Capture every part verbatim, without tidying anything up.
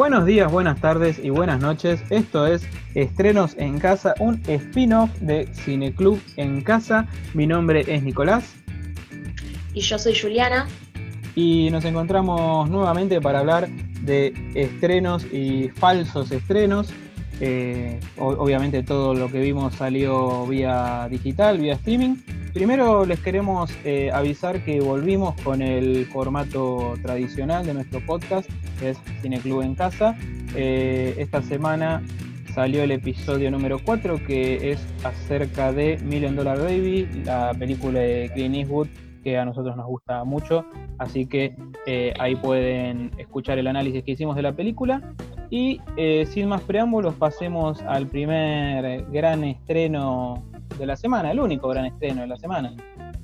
Buenos días, buenas tardes y buenas noches. Esto es Estrenos en Casa, un spin-off de Cineclub en Casa. Mi nombre es Nicolás. Y yo soy Juliana. Y nos encontramos nuevamente para hablar de estrenos y falsos estrenos. Eh, obviamente todo lo que vimos salió vía digital, vía streaming. Primero les queremos eh, avisar que volvimos con el formato tradicional de nuestro podcast, que es Cineclub en Casa. Eh, esta semana salió el episodio número cuatro, que es acerca de Million Dollar Baby, la película de Clint Eastwood, que a nosotros nos gusta mucho, así que eh, ahí pueden escuchar el análisis que hicimos de la película. Y eh, sin más preámbulos, pasemos al primer gran estreno de la semana, el único gran estreno de la semana.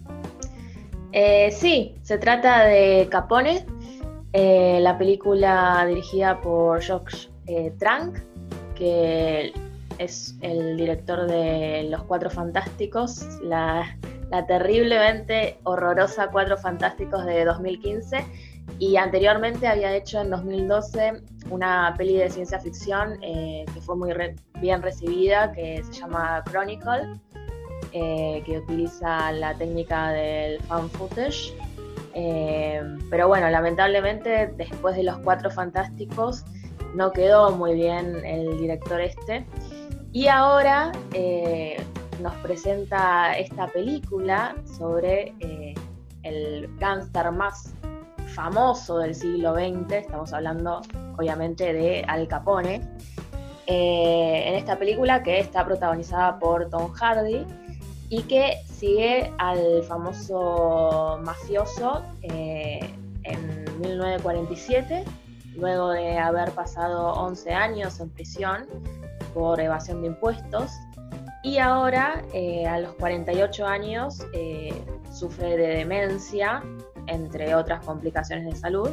Eh, sí, se trata de Capone, eh, la película dirigida por Josh eh, Trank, que es el director de Los Cuatro Fantásticos, la, la terriblemente horrorosa Cuatro Fantásticos de dos mil quince, y anteriormente había hecho en dos mil doce una peli de ciencia ficción eh, que fue muy re- bien recibida, que se llama Chronicle, eh, que utiliza la técnica del fan footage. Eh, pero bueno, lamentablemente después de Los Cuatro Fantásticos no quedó muy bien el director este. Y ahora eh, nos presenta esta película sobre eh, el gángster más famoso del siglo veinte, estamos hablando obviamente de Al Capone, eh, en esta película que está protagonizada por Tom Hardy y que sigue al famoso mafioso eh, en mil novecientos cuarenta y siete, luego de haber pasado once años en prisión por evasión de impuestos, y ahora eh, a los cuarenta y ocho años eh, sufre de demencia, entre otras complicaciones de salud,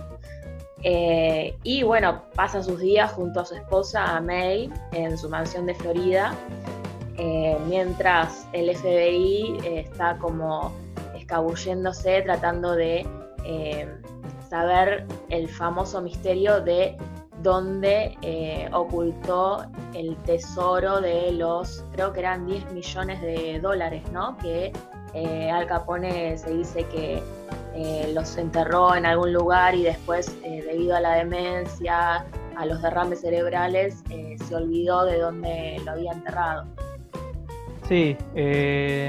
eh, y bueno, pasa sus días junto a su esposa May en su mansión de Florida, eh, mientras el F B I eh, está como escabulléndose tratando de eh, saber el famoso misterio de dónde eh, ocultó el tesoro de los, creo que eran diez millones de dólares, ¿no? Que eh, Al Capone se dice que eh, los enterró en algún lugar y después, eh, debido a la demencia, a los derrames cerebrales, eh, se olvidó de dónde lo había enterrado. Sí, eh,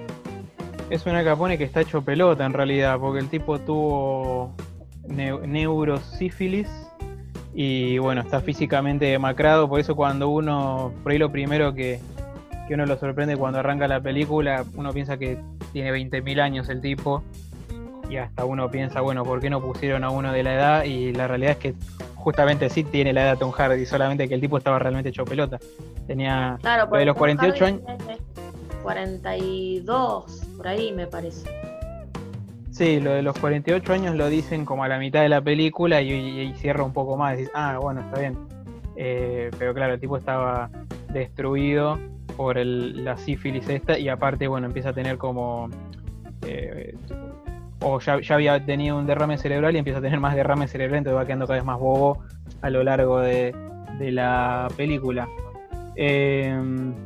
es un Al Capone que está hecho pelota en realidad, porque el tipo tuvo ne- neurosífilis y bueno, está físicamente demacrado. Por eso cuando uno, por ahí lo primero que, que uno lo sorprende cuando arranca la película, uno piensa que tiene veinte mil años el tipo, y hasta uno piensa, bueno, ¿por qué no pusieron a uno de la edad? Y la realidad es que justamente sí tiene la edad de Tom Hardy, solamente que el tipo estaba realmente hecho pelota. Tenía Claro, lo de porque los Tom cuarenta y ocho Hardy años. tiene cuarenta y dos, por ahí me parece. Sí, lo de los cuarenta y ocho años lo dicen como a la mitad de la película y, y, y cierra un poco más. Decís, ah, bueno, está bien. Eh, pero claro, el tipo estaba destruido por el, la sífilis esta, y aparte, bueno, empieza a tener como... Eh, o ya, ya había tenido un derrame cerebral y empieza a tener más derrame cerebral, entonces va quedando cada vez más bobo a lo largo de, de la película. Eh,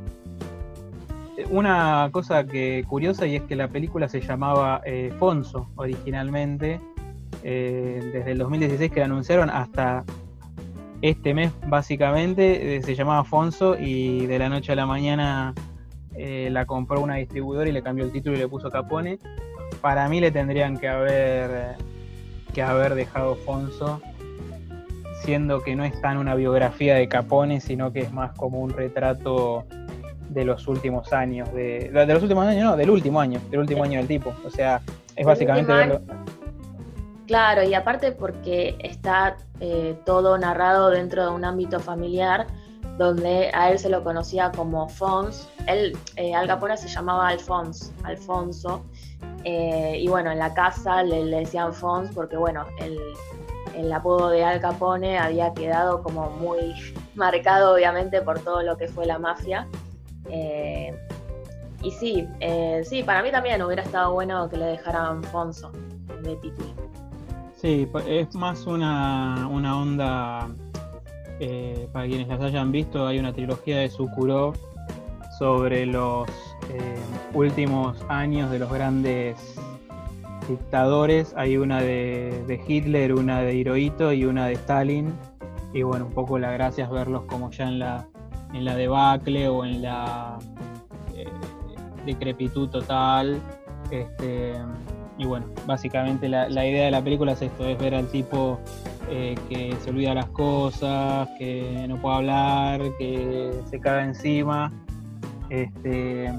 Una cosa que curiosa, y es que la película se llamaba eh, Fonso originalmente, eh, desde el dos mil dieciséis que la anunciaron hasta este mes básicamente, eh, se llamaba Fonso, y de la noche a la mañana eh, la compró una distribuidora y le cambió el título y le puso Capone. Para mí le tendrían que haber, que haber dejado Fonso, siendo que no es tan una biografía de Capone, sino que es más como un retrato de los últimos años, de, de los últimos años, no, del último año, del último año del tipo. O sea, es básicamente verlo. Claro, y aparte porque está eh, todo narrado dentro de un ámbito familiar, donde a él se lo conocía como Fons. Él, eh, Al Capone se llamaba Alfons, Alfonso, eh, y bueno, en la casa le, le decían Fons porque bueno, el, el apodo de Al Capone había quedado como muy marcado obviamente por todo lo que fue la mafia. Eh, y sí, eh, sí, para mí también hubiera estado bueno que le dejaran Fonso de título. Sí, es más una, una onda Eh, para quienes las hayan visto, hay una trilogía de Sukuro sobre los eh, últimos años de los grandes dictadores. Hay una de, de Hitler, una de Hirohito y una de Stalin. Y bueno, un poco la gracia es verlos como ya en la, en la debacle o en la eh, decrepitud total. Este, y bueno, básicamente la, la idea de la película es esto, es ver al tipo eh, que se olvida las cosas, que no puede hablar, que se caga encima. Este,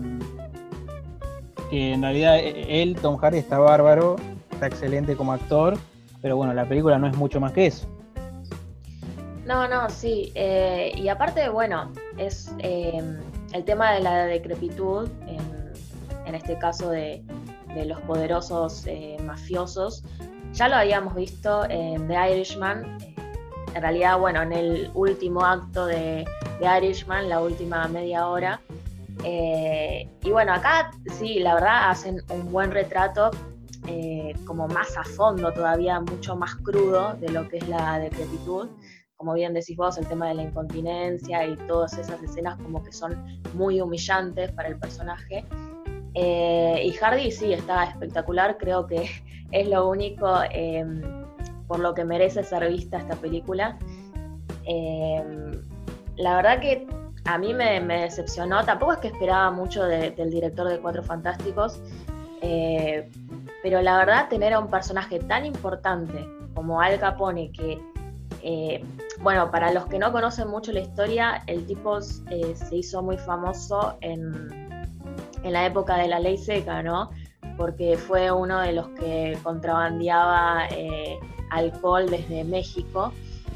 que en realidad él, Tom Hardy, está bárbaro, está excelente como actor, pero bueno, la película no es mucho más que eso. No, no, sí. Eh, y aparte, bueno, es eh, el tema de la decrepitud, en, en este caso de, de los poderosos eh, mafiosos, ya lo habíamos visto en The Irishman. Eh, en realidad, bueno, en el último acto de The Irishman, la última media hora. Eh, y bueno, acá sí, la verdad hacen un buen retrato, eh, como más a fondo todavía, mucho más crudo de lo que es la decrepitud. Como bien decís vos, el tema de la incontinencia y todas esas escenas como que son muy humillantes para el personaje. Eh, y Hardy sí, está espectacular, creo que es lo único eh, por lo que merece ser vista esta película. Eh, la verdad que a mí me, me decepcionó, tampoco es que esperaba mucho de, del director de Cuatro Fantásticos, eh, pero la verdad tener a un personaje tan importante como Al Capone, que eh, bueno, para los que no conocen mucho la historia, el tipo eh, se hizo muy famoso en, en la época de la ley seca, ¿no? Porque fue uno de los que contrabandeaba eh, alcohol desde México.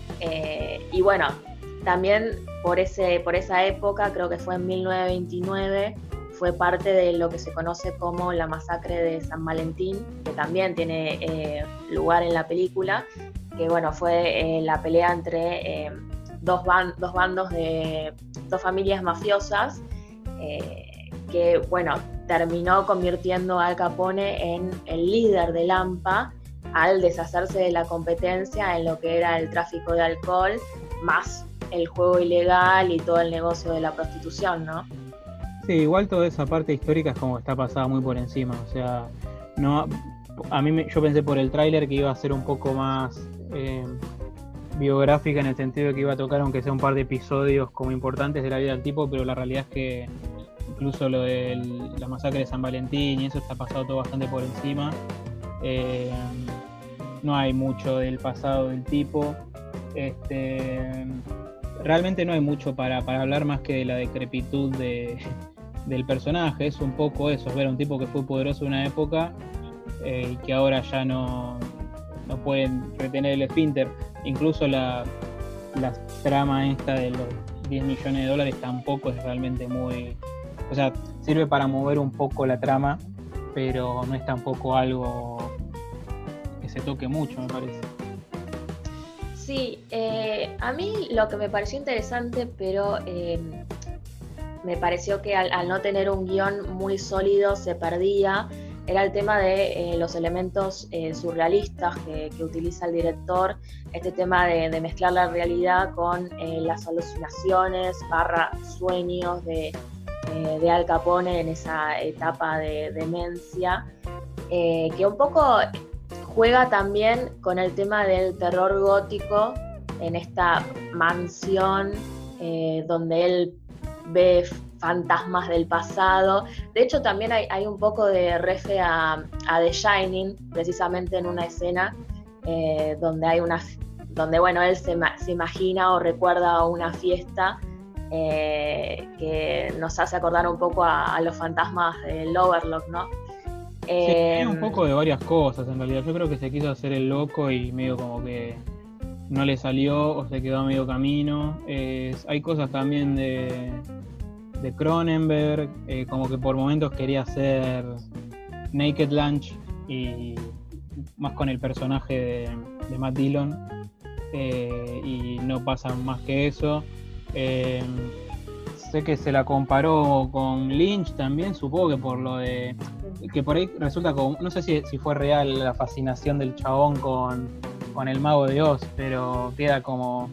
Eh, y bueno, también por, ese, por esa época, creo que fue en mil novecientos veintinueve, fue parte de lo que se conoce como la masacre de San Valentín, que también tiene eh, lugar en la película, que bueno, fue eh, la pelea entre eh, dos, ban- dos bandos de dos familias mafiosas, eh, que bueno, terminó convirtiendo a Al Capone en el líder del A M P A al deshacerse de la competencia en lo que era el tráfico de alcohol, más el juego ilegal y todo el negocio de la prostitución, ¿no? Sí, igual toda esa parte histórica es como que está pasada muy por encima, o sea, no, a mí me, yo pensé por el tráiler que iba a ser un poco más eh, biográfica, en el sentido de que iba a tocar aunque sea un par de episodios como importantes de la vida del tipo, pero la realidad es que incluso lo de la masacre de San Valentín y eso está pasado todo bastante por encima. Eh, no hay mucho del pasado del tipo. Este, realmente no hay mucho para, para hablar más que de la decrepitud de, del personaje. Es un poco eso, es ver a un tipo que fue poderoso en una época eh, y que ahora ya no, no pueden retener el esfínter. Incluso la, la trama esta de los diez millones de dólares tampoco es realmente muy... O sea, sirve para mover un poco la trama, pero no es tampoco algo que se toque mucho, me parece. Sí, eh, a mí lo que me pareció interesante, pero eh, me pareció que al, al no tener un guión muy sólido se perdía, era el tema de eh, los elementos eh, surrealistas que, que utiliza el director, este tema de, de mezclar la realidad con eh, las alucinaciones barra sueños de, eh, de Al Capone en esa etapa de demencia, eh, que un poco juega también con el tema del terror gótico en esta mansión eh, donde él ve fantasmas del pasado. De hecho, también hay, hay un poco de refe a, a The Shining, precisamente en una escena eh, donde hay una, donde bueno, él se, se imagina o recuerda una fiesta eh, que nos hace acordar un poco a, a los fantasmas del Overlook, ¿no? Sí, hay un poco de varias cosas en realidad. Yo creo que se quiso hacer el loco y medio como que no le salió o se quedó a medio camino. Eh, hay cosas también de, de Cronenberg, eh, como que por momentos quería hacer Naked Lunch y más con el personaje de, de Matt Dillon, eh, y no pasa más que eso. Eh, sé que se la comparó con Lynch también, supongo que por lo de que por ahí resulta como, no sé si, si fue real la fascinación del chabón con, con el Mago de Oz, pero queda como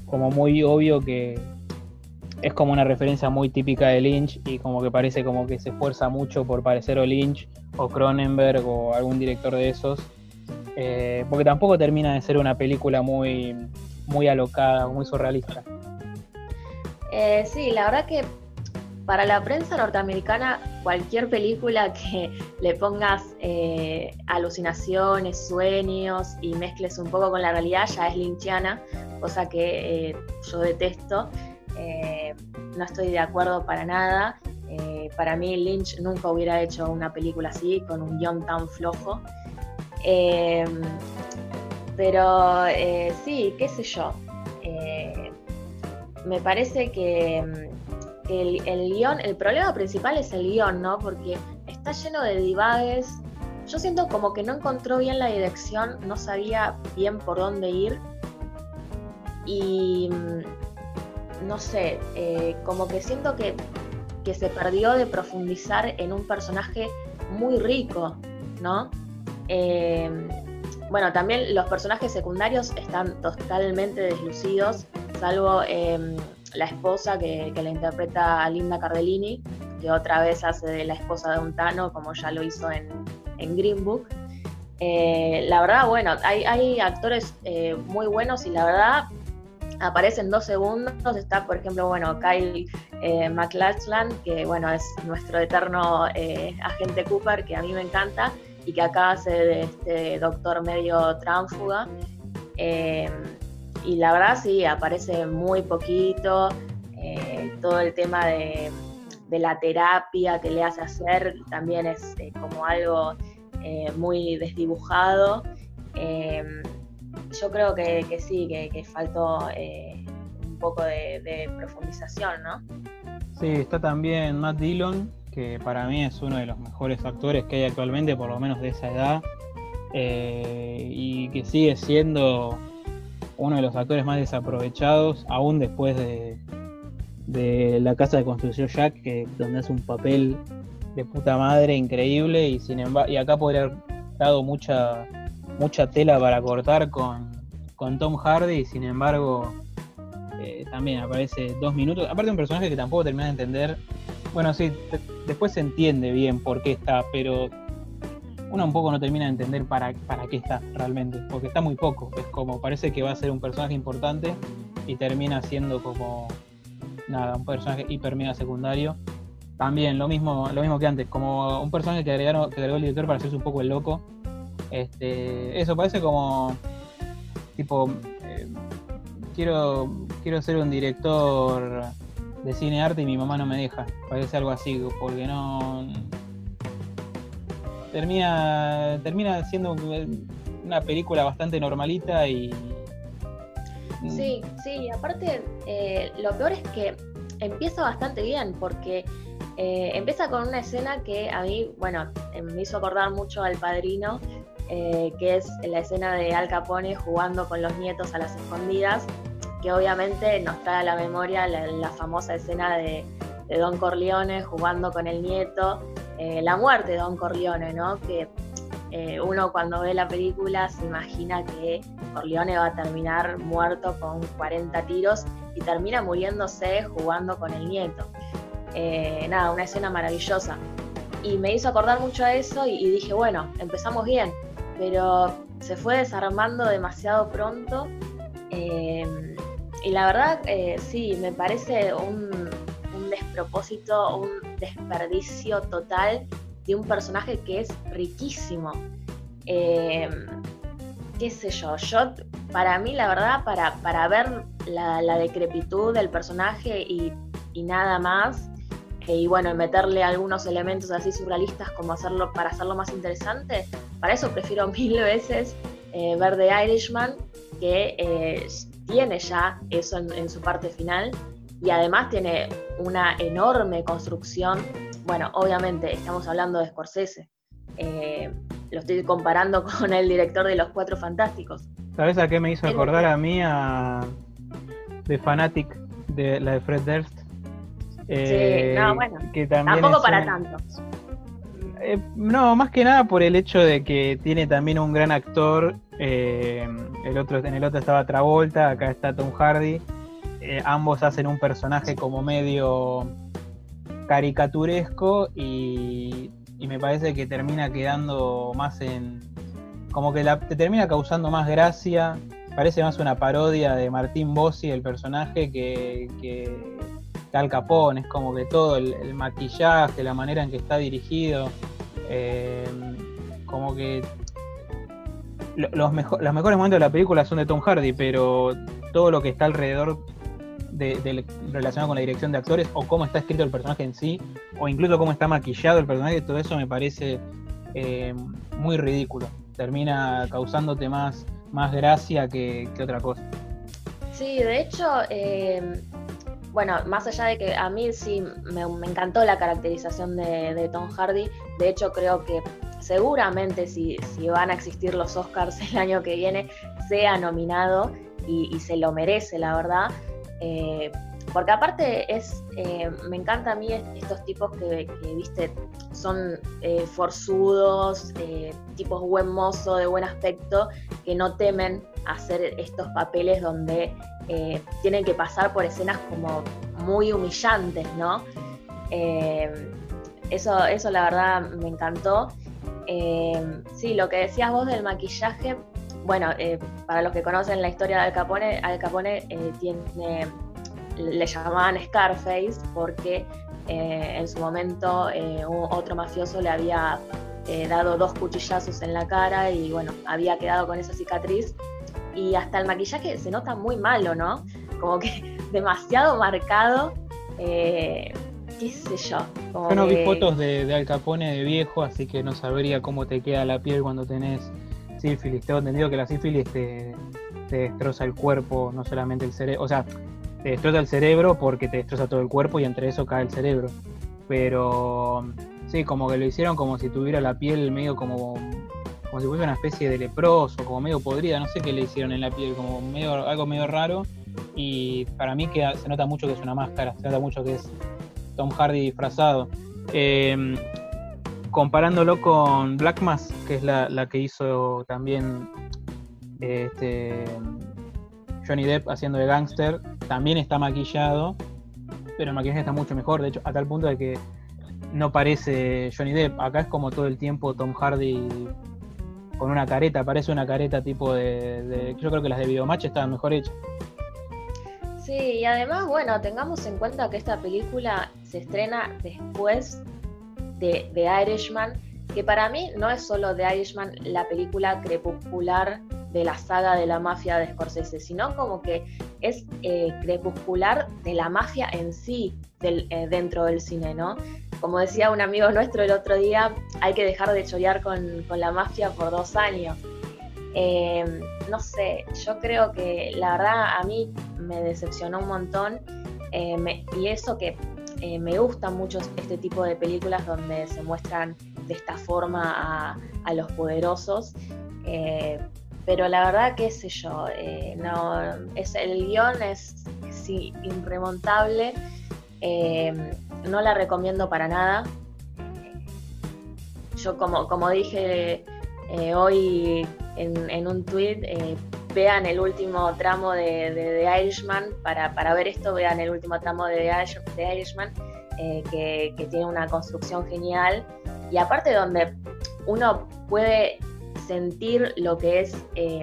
como muy obvio que es como una referencia muy típica de Lynch y como que parece como que se esfuerza mucho por parecer o Lynch o Cronenberg o algún director de esos, eh, porque tampoco termina de ser una película muy, muy alocada, muy surrealista. Eh, sí, la verdad que para la prensa norteamericana, cualquier película que le pongas eh, alucinaciones, sueños y mezcles un poco con la realidad ya es lynchiana, cosa que eh, yo detesto. Eh, no estoy de acuerdo para nada. Eh, para mí Lynch nunca hubiera hecho una película así, con un guión tan flojo. Eh, pero eh, sí, qué sé yo. Eh, me parece que... El, el guión, el problema principal es el guión, ¿no? Porque está lleno de divagues. Yo siento como que no encontró bien la dirección, no sabía bien por dónde ir. Y no sé, eh, como que siento que, que se perdió de profundizar en un personaje muy rico, ¿no? Eh, bueno, también los personajes secundarios están totalmente deslucidos, salvo... Eh, la esposa que, que la interpreta Linda Cardellini, que otra vez hace de la esposa de un Tano, como ya lo hizo en, en Green Book. Eh, la verdad, bueno, hay, hay actores eh, muy buenos y la verdad aparecen dos segundos. Está, por ejemplo, bueno, Kyle eh, MacLachlan, que bueno, es nuestro eterno eh, agente Cooper, que a mí me encanta, y que acá hace de este doctor medio tránsfuga. Eh, Y la verdad sí, aparece muy poquito, eh, todo el tema de, de la terapia que le hace hacer también es eh, como algo eh, muy desdibujado. Eh, yo creo que, que sí, que, que faltó eh, un poco de, de profundización, ¿no? Sí, está también Matt Dillon, que para mí es uno de los mejores actores que hay actualmente, por lo menos de esa edad, eh, y que sigue siendo uno de los actores más desaprovechados, aún después de, de La Casa de Construcción Jack, que, donde hace un papel de puta madre increíble, y sin embargo, y acá podría haber dado mucha, mucha tela para cortar con, con Tom Hardy, y sin embargo eh, también aparece dos minutos. Aparte de un personaje que tampoco termina de entender. Bueno, sí, te, después se entiende bien por qué está, pero uno un poco no termina de entender para, para qué está realmente, porque está muy poco. Es como, parece que va a ser un personaje importante y termina siendo como nada, un personaje hiper mega secundario. También lo mismo, lo mismo que antes, como un personaje que agregaron, que agregó el director para hacerse un poco el loco. Este, eso parece como tipo eh, quiero, quiero ser un director de cine arte y mi mamá no me deja. Parece algo así, porque no. Termina, termina siendo una película bastante normalita y... Sí, sí, y aparte eh, lo peor es que empieza bastante bien porque eh, empieza con una escena que a mí, bueno, me hizo acordar mucho al Padrino, eh, que es la escena de Al Capone jugando con los nietos a las escondidas, que obviamente nos trae a la memoria la, la famosa escena de, de Don Corleone jugando con el nieto, eh, la muerte de Don Corleone, ¿no? Que eh, uno cuando ve la película se imagina que Corleone va a terminar muerto con cuarenta tiros y termina muriéndose jugando con el nieto. Eh, nada, una escena maravillosa. Y me hizo acordar mucho a eso y, y dije, bueno, empezamos bien, pero se fue desarmando demasiado pronto. Eh, y la verdad, eh, sí, me parece un, un despropósito, un desperdicio total de un personaje que es riquísimo. Eh, qué sé yo, yo, para mí la verdad, para, para ver la, la decrepitud del personaje y, y nada más, eh, y bueno, meterle algunos elementos así surrealistas como hacerlo, para hacerlo más interesante, para eso prefiero mil veces eh, ver The Irishman, que eh, tiene ya eso en, en su parte final, y además tiene una enorme construcción. Bueno, obviamente estamos hablando de Scorsese, eh, lo estoy comparando con el director de Los Cuatro Fantásticos. ¿Sabes a qué me hizo acordar a mí? A The Fanatic, de la de Fred Durst. Eh, sí, no, bueno, que también tampoco para un... tanto. Eh, no, más que nada por el hecho de que tiene también un gran actor. Eh, el otro, en el otro estaba Travolta, acá está Tom Hardy. eh, ambos hacen un personaje como medio caricaturesco y, y me parece que termina quedando más en... como que la, te termina causando más gracia, parece más una parodia de Martín Bossi, el personaje, que, que Al Capone. Es como que todo, el, el maquillaje, la manera en que está dirigido, eh, como que los, mejor, los mejores momentos de la película son de Tom Hardy, pero todo lo que está alrededor de, de, relacionado con la dirección de actores, o cómo está escrito el personaje en sí, o incluso cómo está maquillado el personaje, todo eso me parece eh, muy ridículo. Termina causándote más, más gracia que, que otra cosa. Sí, de hecho, eh, bueno, más allá de que a mí sí me, me encantó la caracterización de, de Tom Hardy, de hecho creo que seguramente si, si van a existir los Oscars el año que viene, sea nominado y, y se lo merece, la verdad. Eh, porque aparte es eh, me encanta a mí estos tipos que, que viste, son eh, forzudos, eh, tipos buen mozo, de buen aspecto, que no temen hacer estos papeles donde eh, tienen que pasar por escenas como muy humillantes, ¿no? Eh, eso, eso la verdad me encantó. Eh, sí, lo que decías vos del maquillaje, bueno, eh, para los que conocen la historia de Al Capone, Al Capone eh, tiene, le llamaban Scarface porque eh, en su momento eh, otro mafioso le había eh, dado dos cuchillazos en la cara y bueno, había quedado con esa cicatriz, y hasta el maquillaje se nota muy malo, ¿no? Como que demasiado marcado, eh, qué sé yo. Como yo no que... vi fotos de, de Al Capone de viejo, así que no sabría cómo te queda la piel cuando tenés sífilis. Tengo entendido que la sífilis te, te destroza el cuerpo, no solamente el cerebro. O sea, te destroza el cerebro porque te destroza todo el cuerpo y entre eso cae el cerebro. Pero sí, como que lo hicieron como si tuviera la piel medio como, como si fuese una especie de leproso, como medio podrida. No sé qué le hicieron en la piel, como medio, algo medio raro. Y para mí que se nota mucho que es una máscara, se nota mucho que es Tom Hardy disfrazado. Eh, comparándolo con Black Mass, que es la, la que hizo también eh, este, Johnny Depp haciendo de gángster, también está maquillado, pero el maquillaje está mucho mejor, de hecho, a tal punto de que no parece Johnny Depp. Acá es como todo el tiempo Tom Hardy con una careta, parece una careta tipo de, de yo creo que las de Videomatch estaban mejor hechas. Sí, y además, bueno, tengamos en cuenta que esta película se estrena después de The Irishman, que para mí no es solo The Irishman la película crepuscular de la saga de la mafia de Scorsese, sino como que es eh, crepuscular de la mafia en sí del, eh, dentro del cine, ¿no? Como decía un amigo nuestro el otro día, hay que dejar de chorear con, con la mafia por dos años. Eh, no sé, yo creo que la verdad a mí me decepcionó un montón, eh, me, y eso que eh, me gustan mucho este tipo de películas donde se muestran de esta forma a, a los poderosos, eh, pero la verdad qué sé yo, eh, no, es, el guión es, es irremontable, eh, no la recomiendo para nada. Yo como, como dije eh, hoy en, en un tweet, eh, vean el último tramo de, de The Irishman, para, para ver esto, vean el último tramo de The, Irish, The Irishman, eh, que, que tiene una construcción genial, y aparte donde uno puede sentir lo que es eh,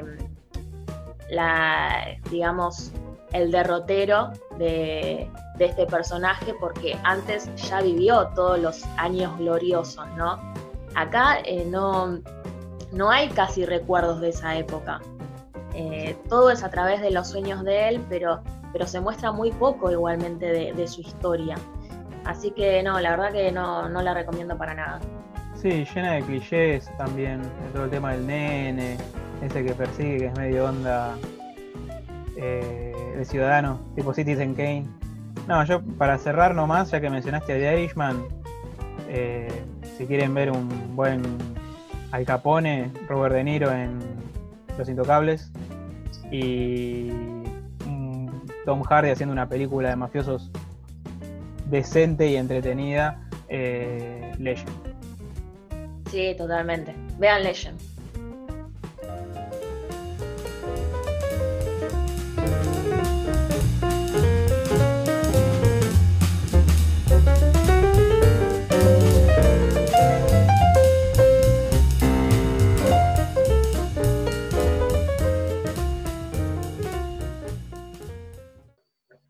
la, digamos, el derrotero de, de este personaje, porque antes ya vivió todos los años gloriosos, ¿no? Acá eh, no, no hay casi recuerdos de esa época. Eh, todo es a través de los sueños de él, pero, pero se muestra muy poco igualmente de, de su historia. Así que no, la verdad que no, no la recomiendo para nada. Sí, llena de clichés también, todo el tema del nene, ese que persigue, que es medio onda eh, de ciudadano, tipo Citizen Kane. No, yo para cerrar nomás, ya que mencionaste a The Irishman, eh, si quieren ver un buen Al Capone, Robert De Niro en Los Intocables, y um, Tom Hardy haciendo una película de mafiosos decente y entretenida, eh, Legend. Sí, totalmente. Vean Legend.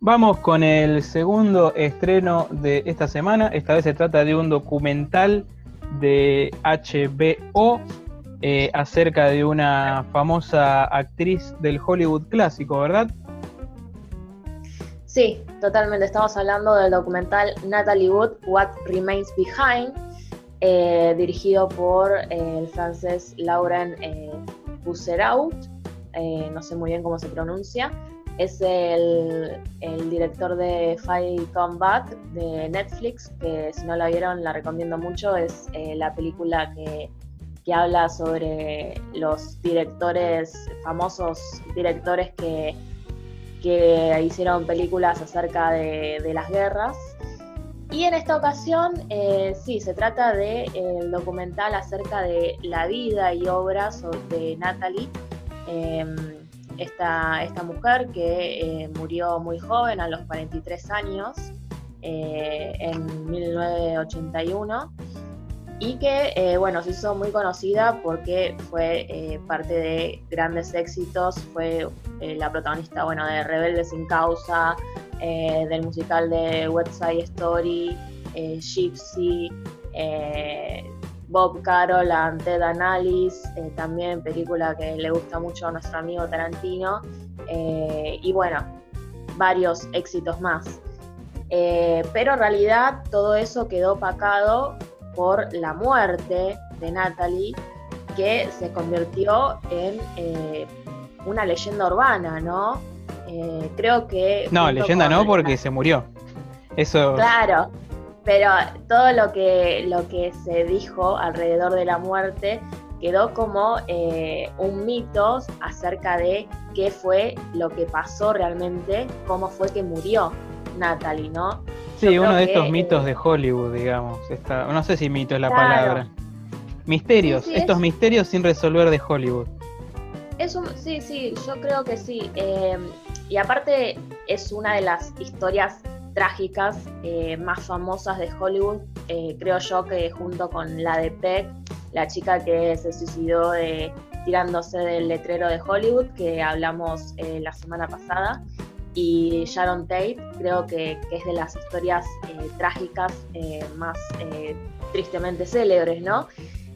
Vamos con el segundo estreno de esta semana. Esta vez se trata de un documental de H B O eh, acerca de una famosa actriz del Hollywood clásico, ¿verdad? Sí, totalmente. Estamos hablando del documental Natalie Wood, What Remains Behind, eh, dirigido por eh, el francés Laurent eh, Bousseiraut, eh, no sé muy bien cómo se pronuncia. Es el, el director de Fight Combat de Netflix, que si no la vieron la recomiendo mucho. Es eh, la película que, que habla sobre los directores, famosos directores que, que hicieron películas acerca de, de las guerras. Y en esta ocasión, eh, sí, se trata del de, documental acerca de la vida y obras de Natalie, eh, esta, esta mujer que eh, murió muy joven, a los cuarenta y tres años, eh, en mil novecientos ochenta y uno, y que eh, bueno, se hizo muy conocida porque fue eh, parte de grandes éxitos. Fue eh, la protagonista, bueno, de Rebelde sin Causa, eh, del musical de West Side Story, eh, Gypsy, eh, Bob Carol and Ted and Alice, eh, también película que le gusta mucho a nuestro amigo Tarantino, eh, y bueno, varios éxitos más. Eh, pero en realidad todo eso quedó opacado por la muerte de Natalie, que se convirtió en eh, una leyenda urbana, ¿no? Eh, creo que... No, leyenda no, porque la... se murió. Eso... Claro, pero todo lo que, lo que se dijo alrededor de la muerte quedó como eh, un mito acerca de qué fue lo que pasó realmente, cómo fue que murió Natalie, ¿no? Sí, Yo uno de que, estos mitos eh, de Hollywood, digamos. Esta, no sé si mito es la claro. palabra. Misterios, sí, sí, estos es... misterios sin resolver de Hollywood. Es un, sí, sí, yo creo que sí. Eh, y aparte es una de las historias trágicas eh, más famosas de Hollywood, eh, creo yo, que junto con la de Peck, la chica que se suicidó de, tirándose del letrero de Hollywood, que hablamos eh, la semana pasada, y Sharon Tate, creo que, que es de las historias eh, trágicas eh, más eh, tristemente célebres, ¿no?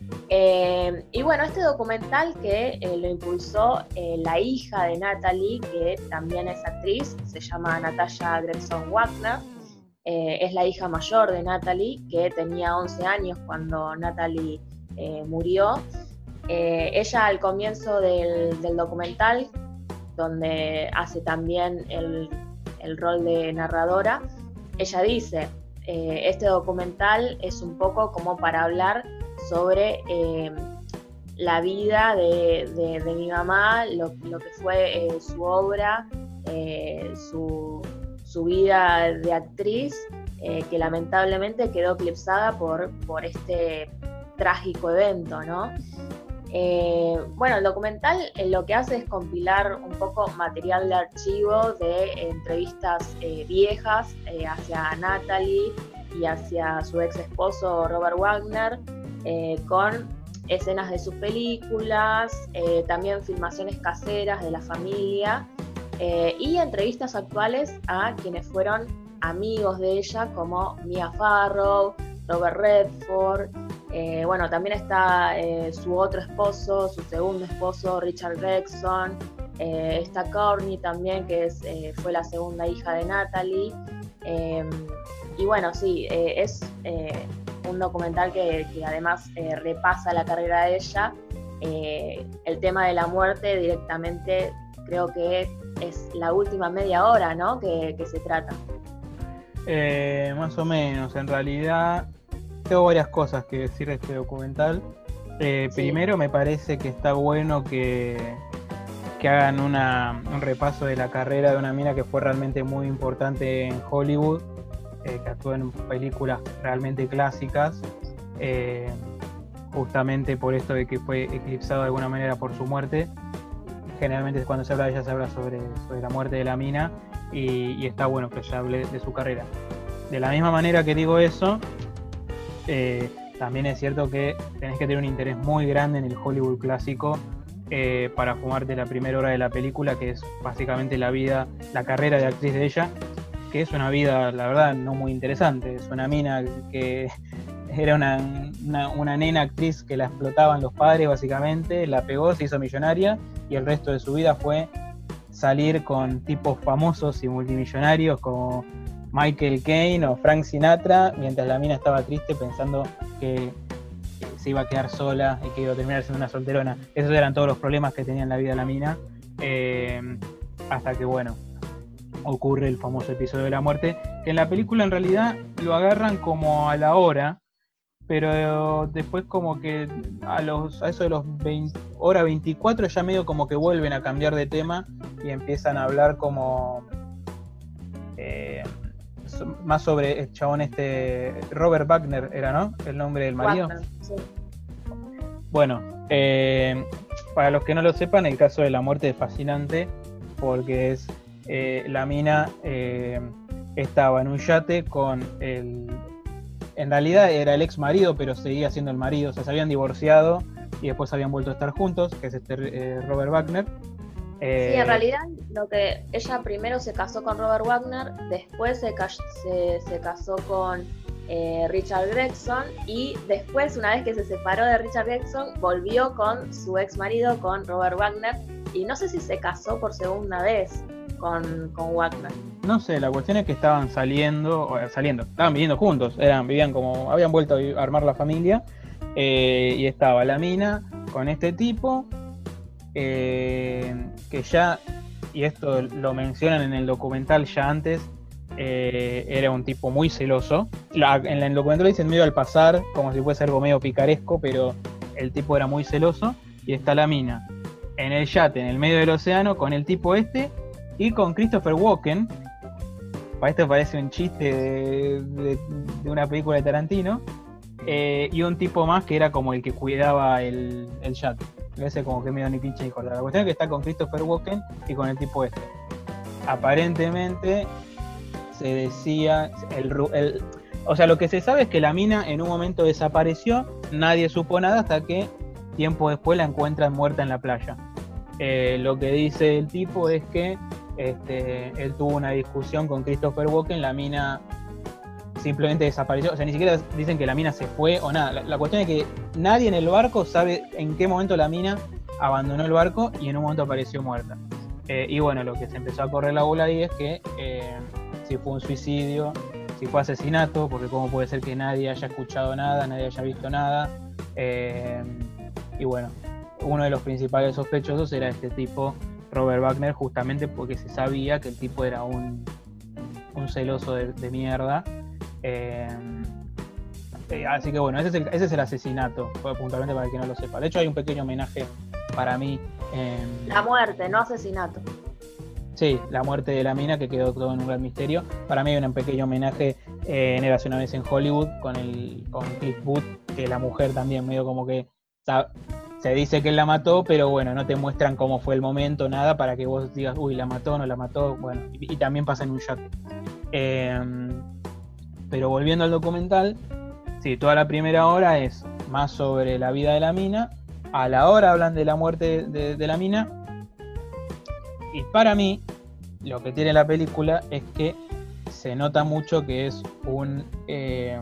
Eh, y bueno, este documental que eh, lo impulsó eh, la hija de Natalie, que también es actriz, se llama Natasha Gregson Wagner, eh, es la hija mayor de Natalie, que tenía once años cuando Natalie eh, murió. Eh, ella al comienzo del, del documental, donde hace también el, el rol de narradora, ella dice, eh, este documental es un poco como para hablar sobre eh, la vida de, de, de mi mamá, lo, lo que fue eh, su obra, eh, su, su vida de actriz, eh, que lamentablemente quedó eclipsada por, por este trágico evento, ¿no? Eh, bueno, el documental eh, lo que hace es compilar un poco material de archivo de entrevistas eh, viejas eh, hacia Natalie y hacia su ex esposo Robert Wagner, Eh, con escenas de sus películas, eh, también filmaciones caseras de la familia eh, y entrevistas actuales a quienes fueron amigos de ella, como Mia Farrow, Robert Redford, eh, bueno, también está eh, su otro esposo, su segundo esposo, Richard Gregson, eh, está Courtney también, que es, eh, fue la segunda hija de Natalie, eh, y bueno, sí, eh, es... Eh, un documental que, que además eh, repasa la carrera de ella. Eh, el tema de la muerte directamente creo que es la última media hora, ¿no? que, que se trata. Eh, más o menos, en realidad tengo varias cosas que decir de este documental. Eh, sí. Primero, me parece que está bueno que, que hagan una, un repaso de la carrera de una mina que fue realmente muy importante en Hollywood, Eh, que actuó en películas realmente clásicas, eh, justamente por esto de que fue eclipsado de alguna manera por su muerte. Generalmente cuando se habla de ella se habla sobre, sobre la muerte de la mina, y, y está bueno que se hable de su carrera. De la misma manera que digo eso, eh, también es cierto que tenés que tener un interés muy grande en el Hollywood clásico eh, para fumarte la primera hora de la película, que es básicamente la vida, la carrera de actriz de ella. que es una vida, la verdad, no muy interesante. Es una mina que era una, una, una nena actriz que la explotaban los padres, básicamente, la pegó, se hizo millonaria, y el resto de su vida fue salir con tipos famosos y multimillonarios como Michael Caine o Frank Sinatra, mientras la mina estaba triste pensando que se iba a quedar sola y que iba a terminar siendo una solterona. Esos eran todos los problemas que tenía en la vida la mina, eh, hasta que, bueno, ocurre el famoso episodio de la muerte, que en la película en realidad lo agarran como a la hora, pero después como que a los a eso de los veinte, hora veinticuatro ya medio como que vuelven a cambiar de tema y empiezan a hablar como eh, más sobre el chabón este, Robert Wagner era, ¿no? El nombre del marido. Wagner, sí. Bueno, eh, para los que no lo sepan, el caso de la muerte es fascinante porque es eh, la mina eh, estaba en un yate con el... En realidad era el ex marido, pero seguía siendo el marido. O sea, se habían divorciado y después habían vuelto a estar juntos, que es este eh, Robert Wagner. Eh, sí, en realidad lo que ella primero se casó con Robert Wagner, después se, ca- se, se casó con eh, Richard Gregson, y después, una vez que se separó de Richard Gregson, volvió con su ex marido, con Robert Wagner, y no sé si se casó por segunda vez con, con Wagner. No sé, la cuestión es que estaban saliendo, o, saliendo, estaban viviendo juntos, eran, vivían como, habían vuelto a armar la familia, eh, y estaba la mina con este tipo, eh, que ya, y esto lo mencionan en el documental ya antes, eh, era un tipo muy celoso. La, en el documental dicen medio al pasar, como si fuese algo medio picaresco, pero el tipo era muy celoso, y está la mina en el yate, en el medio del océano, con el tipo este, y con Christopher Walken. Para esto parece un chiste de, de, de una película de Tarantino, eh, y un tipo más que era como el que cuidaba el, el yate. Ese como que medio ni pinche ni corta. La cuestión es que está con Christopher Walken y con el tipo este. Aparentemente se decía, el, el, o sea, lo que se sabe es que la mina en un momento desapareció, nadie supo nada hasta que tiempo después la encuentran muerta en la playa. Eh, lo que dice el tipo es que Este, él tuvo una discusión con Christopher Walken, la mina simplemente desapareció, o sea, ni siquiera dicen que la mina se fue o nada, la, la cuestión es que nadie en el barco sabe en qué momento la mina abandonó el barco y en un momento apareció muerta. Eh, y bueno, lo que se empezó a correr la bola ahí es que eh, si fue un suicidio, si fue asesinato, porque cómo puede ser que nadie haya escuchado nada, nadie haya visto nada, eh, y bueno, uno de los principales sospechosos era este tipo, Robert Wagner, justamente porque se sabía que el tipo era un, un celoso de, de mierda. Eh, eh, así que bueno, ese es, el, ese es el asesinato, puntualmente para el que no lo sepa. De hecho hay un pequeño homenaje para mí. Eh, La muerte, no asesinato. Sí, la muerte de la mina, que quedó todo en un gran misterio. Para mí hay un pequeño homenaje eh, en Érase una vez en Hollywood con, el, con Cliff Booth, que la mujer también medio como que... Sabe, se dice que él la mató, pero bueno, no te muestran cómo fue el momento, nada, para que vos digas, uy, la mató, no la mató, bueno, y, y también pasa en un yate. Eh, pero volviendo al documental, sí, toda la primera hora es más sobre la vida de la mina, a la hora hablan de la muerte de, de la mina, y para mí, lo que tiene la película es que se nota mucho que es un... Eh,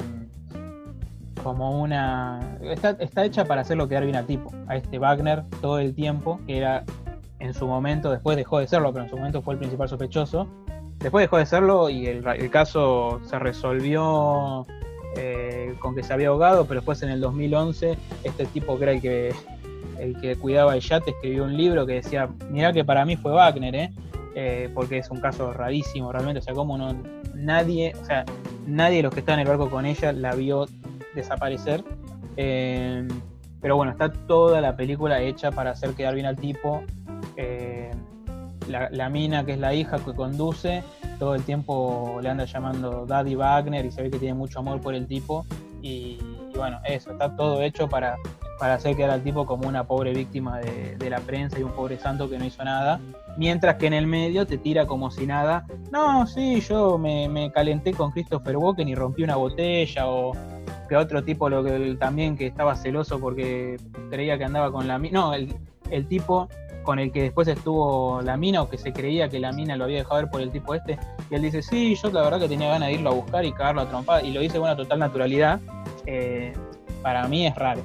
como una... Está, está hecha para hacerlo quedar bien al tipo, a este Wagner, todo el tiempo, que era en su momento, después dejó de serlo, pero en su momento fue el principal sospechoso. Después dejó de serlo y el, el caso se resolvió eh, con que se había ahogado, pero después en el dos mil once este tipo que era el que, el que cuidaba el yate escribió un libro que decía, mirá que para mí fue Wagner, ¿eh? Eh, porque es un caso rarísimo realmente, o sea, como no, nadie, o sea, nadie de los que estaban en el barco con ella la vio desaparecer, eh, pero bueno, está toda la película hecha para hacer quedar bien al tipo. eh, la, la mina, que es la hija que conduce, todo el tiempo le anda llamando Daddy Wagner y se ve que tiene mucho amor por el tipo, y, y bueno, eso, está todo hecho para, para hacer quedar al tipo como una pobre víctima de, de la prensa y un pobre santo que no hizo nada, mientras que en el medio te tira como si nada, no, sí, yo me, me calenté con Christopher Walken y rompí una botella, o que otro tipo lo que también que estaba celoso porque creía que andaba con la mina, no, el, el tipo con el que después estuvo la mina, o que se creía que la mina lo había dejado ver por el tipo este, y él dice, sí, yo la verdad que tenía ganas de irlo a buscar y cagarlo a trompada, y lo dice con una total naturalidad. Eh, para mí es raro.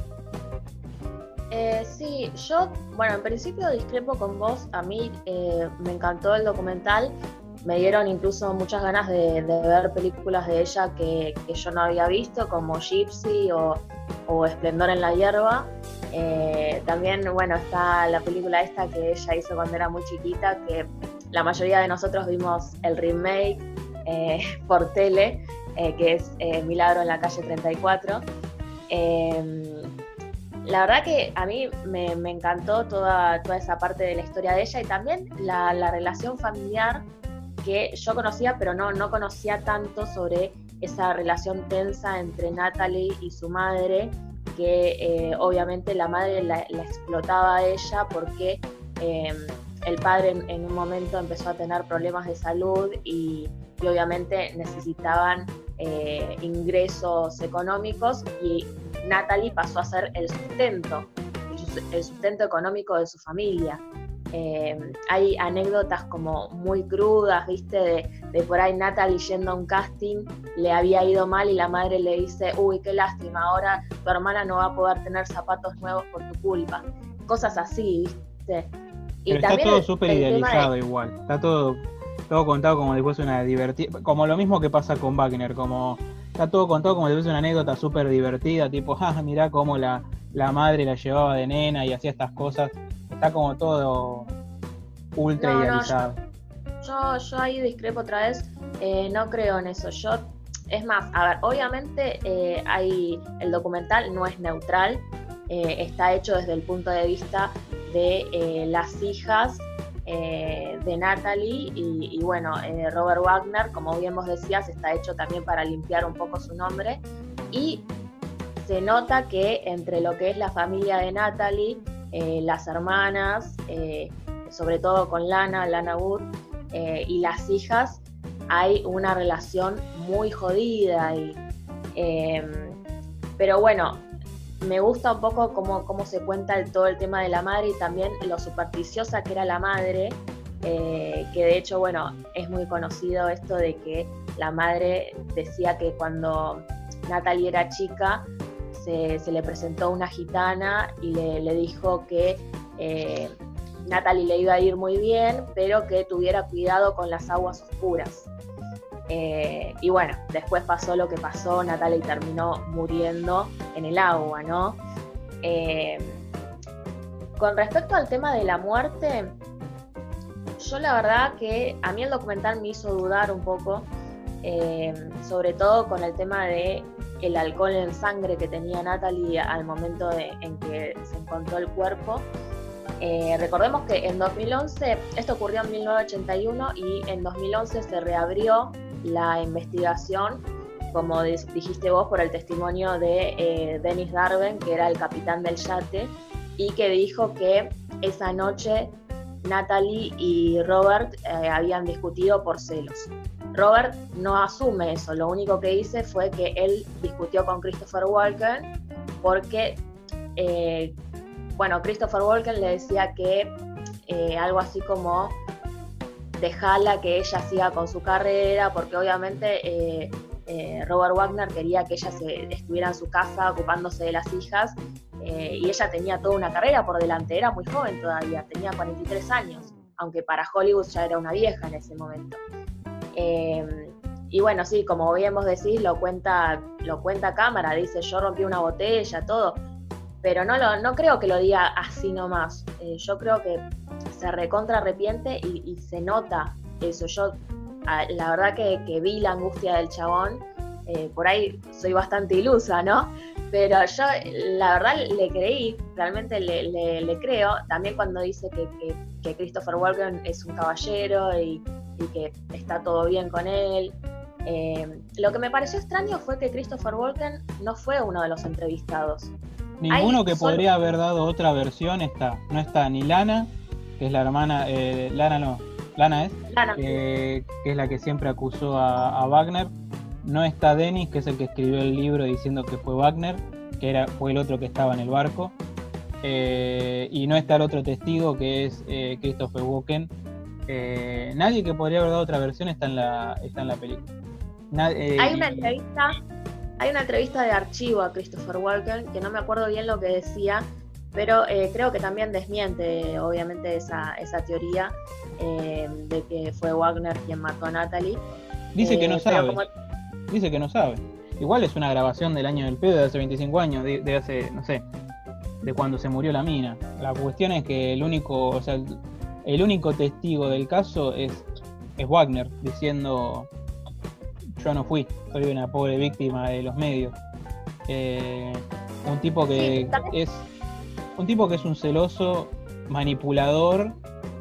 Eh, sí, yo, bueno, en principio discrepo con vos. A mí eh, me encantó el documental. Me dieron incluso muchas ganas de, de ver películas de ella que, que yo no había visto, como Gypsy o, o Esplendor en la hierba. Eh, también, bueno, está la película esta que ella hizo cuando era muy chiquita, que la mayoría de nosotros vimos el remake eh, por tele, eh, que es eh, Milagro en la calle treinta y cuatro. Eh, La verdad que a mí me, me encantó toda, toda esa parte de la historia de ella y también la, la relación familiar que yo conocía, pero no, no conocía tanto sobre esa relación tensa entre Natalie y su madre, que eh, obviamente la madre la, la explotaba a ella porque eh, el padre en, en un momento empezó a tener problemas de salud y, y obviamente necesitaban eh, ingresos económicos y Natalie pasó a ser el sustento, el sustento económico de su familia. Eh, hay anécdotas como muy crudas, ¿viste? De, de por ahí Natalie yendo a un casting, le había ido mal y la madre le dice, uy, qué lástima, ahora tu hermana no va a poder tener zapatos nuevos por tu culpa. Cosas así, ¿viste? Y Pero está todo súper idealizado de... igual, está todo, todo contado como si fuese una divertida, como lo mismo que pasa con Wagner, como está todo contado como si fuese una anécdota súper divertida, tipo, ah, mirá cómo la, la madre la llevaba de nena y hacía estas cosas. Está como todo ultra no, idealizado. No, yo, yo, yo ahí discrepo otra vez, eh, no creo en eso. Yo, es más, a ver, obviamente eh, hay, el documental no es neutral, eh, está hecho desde el punto de vista de eh, las hijas eh, de Natalie y, y bueno, eh, Robert Wagner, como bien vos decías, está hecho también para limpiar un poco su nombre y se nota que entre lo que es la familia de Natalie, eh, las hermanas, eh, sobre todo con Lana, Lana Wood, eh, y las hijas, hay una relación muy jodida. Y, eh, pero bueno, me gusta un poco cómo, cómo se cuenta el, todo el tema de la madre y también lo supersticiosa que era la madre, eh, que de hecho, bueno, es muy conocido esto de que la madre decía que cuando Natalie era chica, Se, se le presentó una gitana y le, le dijo que eh, Natalie le iba a ir muy bien, pero que tuviera cuidado con las aguas oscuras. Eh, y bueno, después pasó lo que pasó, Natalie terminó muriendo en el agua, ¿no? Eh, con respecto al tema de la muerte, yo la verdad que a mí el documental me hizo dudar un poco, eh, sobre todo con el tema de el alcohol en sangre que tenía Natalie al momento de, en que se encontró el cuerpo. Eh, recordemos que en dos mil once, esto ocurrió en mil novecientos ochenta y uno y en dos mil once se reabrió la investigación, como dijiste vos, por el testimonio de eh, Dennis Darden, que era el capitán del yate, y que dijo que esa noche Natalie y Robert eh, habían discutido por celos. Robert no asume eso, lo único que dice fue que él discutió con Christopher Walken porque, eh, bueno, Christopher Walken le decía que eh, algo así como dejala que ella siga con su carrera, porque obviamente eh, eh, Robert Wagner quería que ella se, estuviera en su casa ocupándose de las hijas, eh, y ella tenía toda una carrera por delante, era muy joven todavía, tenía cuarenta y tres años, aunque para Hollywood ya era una vieja en ese momento. Eh, y bueno, sí, como bien vos decís, lo cuenta, lo cuenta a cámara, dice yo rompí una botella, todo, pero no, lo, no creo que lo diga así nomás. Eh, yo creo que se recontra arrepiente y, y se nota eso. Yo, a, la verdad que, que vi la angustia del chabón, eh, por ahí soy bastante ilusa, ¿no? Pero yo, la verdad, le creí, realmente le, le, le creo, también cuando dice que, que, que Christopher Walken es un caballero y y que está todo bien con él. Eh, lo que me pareció extraño fue que Christopher Walken no fue uno de los entrevistados. Ninguno Hay que solo... podría haber dado otra versión está. No está ni Lana, que es la hermana, eh, Lana no, Lana es, Lana. Eh, que es la que siempre acusó a, a Wagner. No está Dennis, que es el que escribió el libro diciendo que fue Wagner, que era, fue el otro que estaba en el barco. Eh, y no está el otro testigo, que es eh, Christopher Walken, Eh, nadie que podría haber dado otra versión está en la, está en la película. Nad- eh, Hay una y- entrevista, hay una entrevista de archivo a Christopher Walken, que no me acuerdo bien lo que decía, pero eh, creo que también desmiente, obviamente, esa, esa teoría eh, de que fue Wagner quien mató a Natalie. Dice que Eh, no pero sabe. como Dice que no sabe. Igual es una grabación del año del pedo de hace veinticinco años, de, de hace, no sé, de cuando se murió la mina. La cuestión es que el único, o sea, el, el único testigo del caso es, es Wagner, diciendo yo no fui, soy una pobre víctima de los medios. Eh, un tipo que sí, también, es un tipo que es un celoso, manipulador,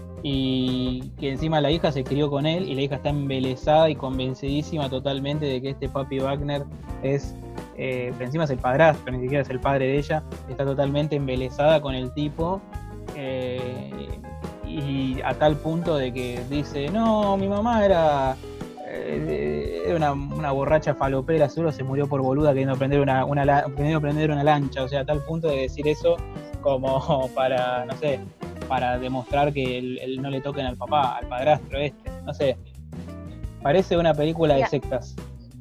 y que encima la hija se crió con él y la hija está embelesada y convencidísima totalmente de que este papi Wagner es, eh, encima es el padrastro, ni siquiera es el padre de ella, está totalmente embelesada con el tipo, eh, y a tal punto de que dice, no, mi mamá era, eh, era una, una borracha falopera, seguro se murió por boluda queriendo prender una, una, la- queriendo prender una lancha, o sea, a tal punto de decir eso como para, no sé, para demostrar que él, él no le toquen al papá, al padrastro este, no sé. Parece una película de mira, sectas.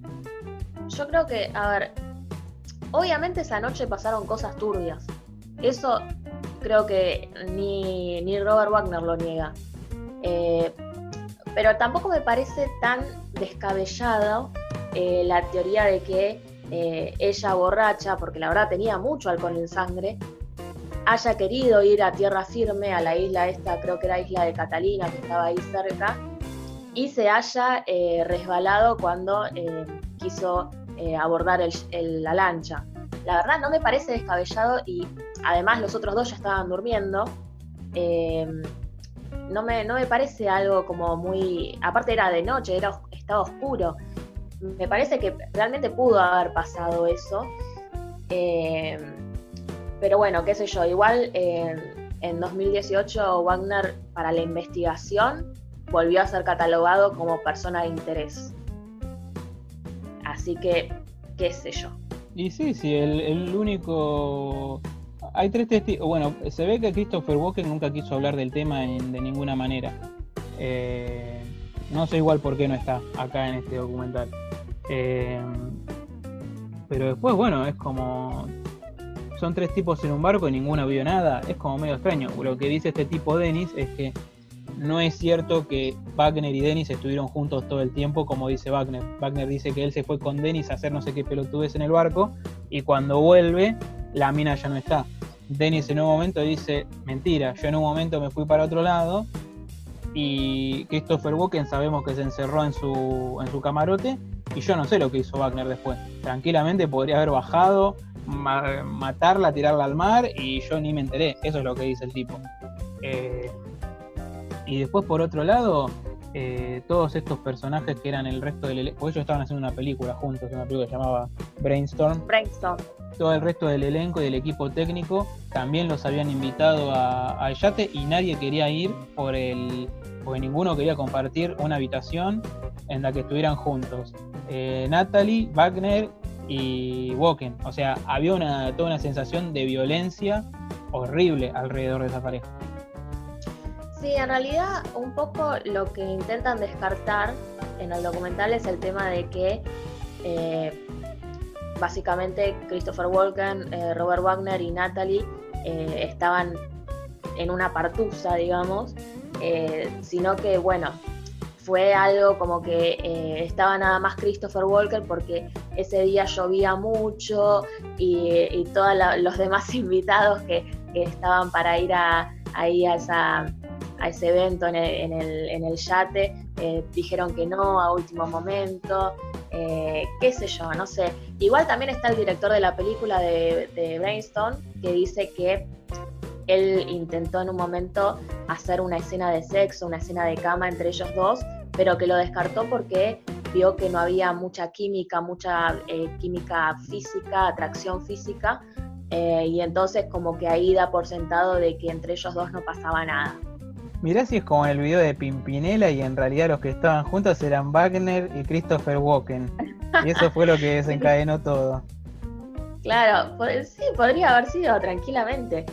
yo creo que, a ver, obviamente esa noche pasaron cosas turbias. Eso creo que ni, ni Robert Wagner lo niega. Eh, pero tampoco me parece tan descabellado eh, la teoría de que eh, ella borracha, porque la verdad tenía mucho alcohol en sangre, haya querido ir a tierra firme, a la isla esta, creo que era isla de Catalina, que estaba ahí cerca, y se haya eh, resbalado cuando eh, quiso eh, abordar el, el, la lancha. La verdad no me parece descabellado, y además los otros dos ya estaban durmiendo. Eh, no, me, no me parece algo como muy... Aparte era de noche, era, estaba oscuro. Me parece que realmente pudo haber pasado eso. Eh, pero bueno, qué sé yo, igual eh, en dos mil dieciocho Wagner, para la investigación, volvió a ser catalogado como persona de interés. Así que, qué sé yo. Y sí, sí, el, el único... Hay tres testigos. Bueno, se ve que Christopher Walken nunca quiso hablar del tema en, de ninguna manera. Eh, no sé igual por qué no está acá en este documental. Eh, pero después, bueno, es como... Son tres tipos en un barco y ninguno vio nada. Es como medio extraño. Lo que dice este tipo Dennis es que no es cierto que Wagner y Dennis estuvieron juntos todo el tiempo, como dice Wagner. Wagner dice que él se fue con Dennis a hacer no sé qué pelotudez en el barco, y cuando vuelve, la mina ya no está. Dennis en un momento dice, mentira, yo en un momento me fui para otro lado, y Christopher Walken sabemos que se encerró en su, en su camarote, y yo no sé lo que hizo Wagner después. Tranquilamente podría haber bajado, ma- matarla, tirarla al mar, y yo ni me enteré. Eso es lo que dice el tipo. Eh, y después, por otro lado, eh, todos estos personajes que eran el resto del elenco, porque ellos estaban haciendo una película juntos, una película que se llamaba Brainstorm. Brainstorm. Todo el resto del elenco y del equipo técnico también los habían invitado a, al yate, y nadie quería ir por el, porque ninguno quería compartir una habitación en la que estuvieran juntos. Eh, Natalie, Wagner y Walken. O sea, había una, toda una sensación de violencia horrible alrededor de esa pareja. Sí, en realidad un poco lo que intentan descartar en el documental es el tema de que eh, básicamente Christopher Walken, eh, Robert Wagner y Natalie eh, estaban en una partusa, digamos, eh, sino que, bueno, fue algo como que eh, estaba nada más Christopher Walken porque ese día llovía mucho, y, y todos los demás invitados que, que estaban para ir a, ahí a, esa, a ese evento en el, en el, en el yate eh, dijeron que no a último momento. Eh, qué sé yo, no sé. Igual también está el director de la película de, de Brainstorm, que dice que él intentó en un momento hacer una escena de sexo, una escena de cama entre ellos dos, pero que lo descartó porque vio que no había mucha química, mucha eh, química física, atracción física, eh, y entonces como que ahí da por sentado de que entre ellos dos no pasaba nada. Mirá si es como en el video de Pimpinela y en realidad los que estaban juntos eran Wagner y Christopher Walken. Y eso fue lo que desencadenó todo. Claro, sí, podría haber sido tranquilamente.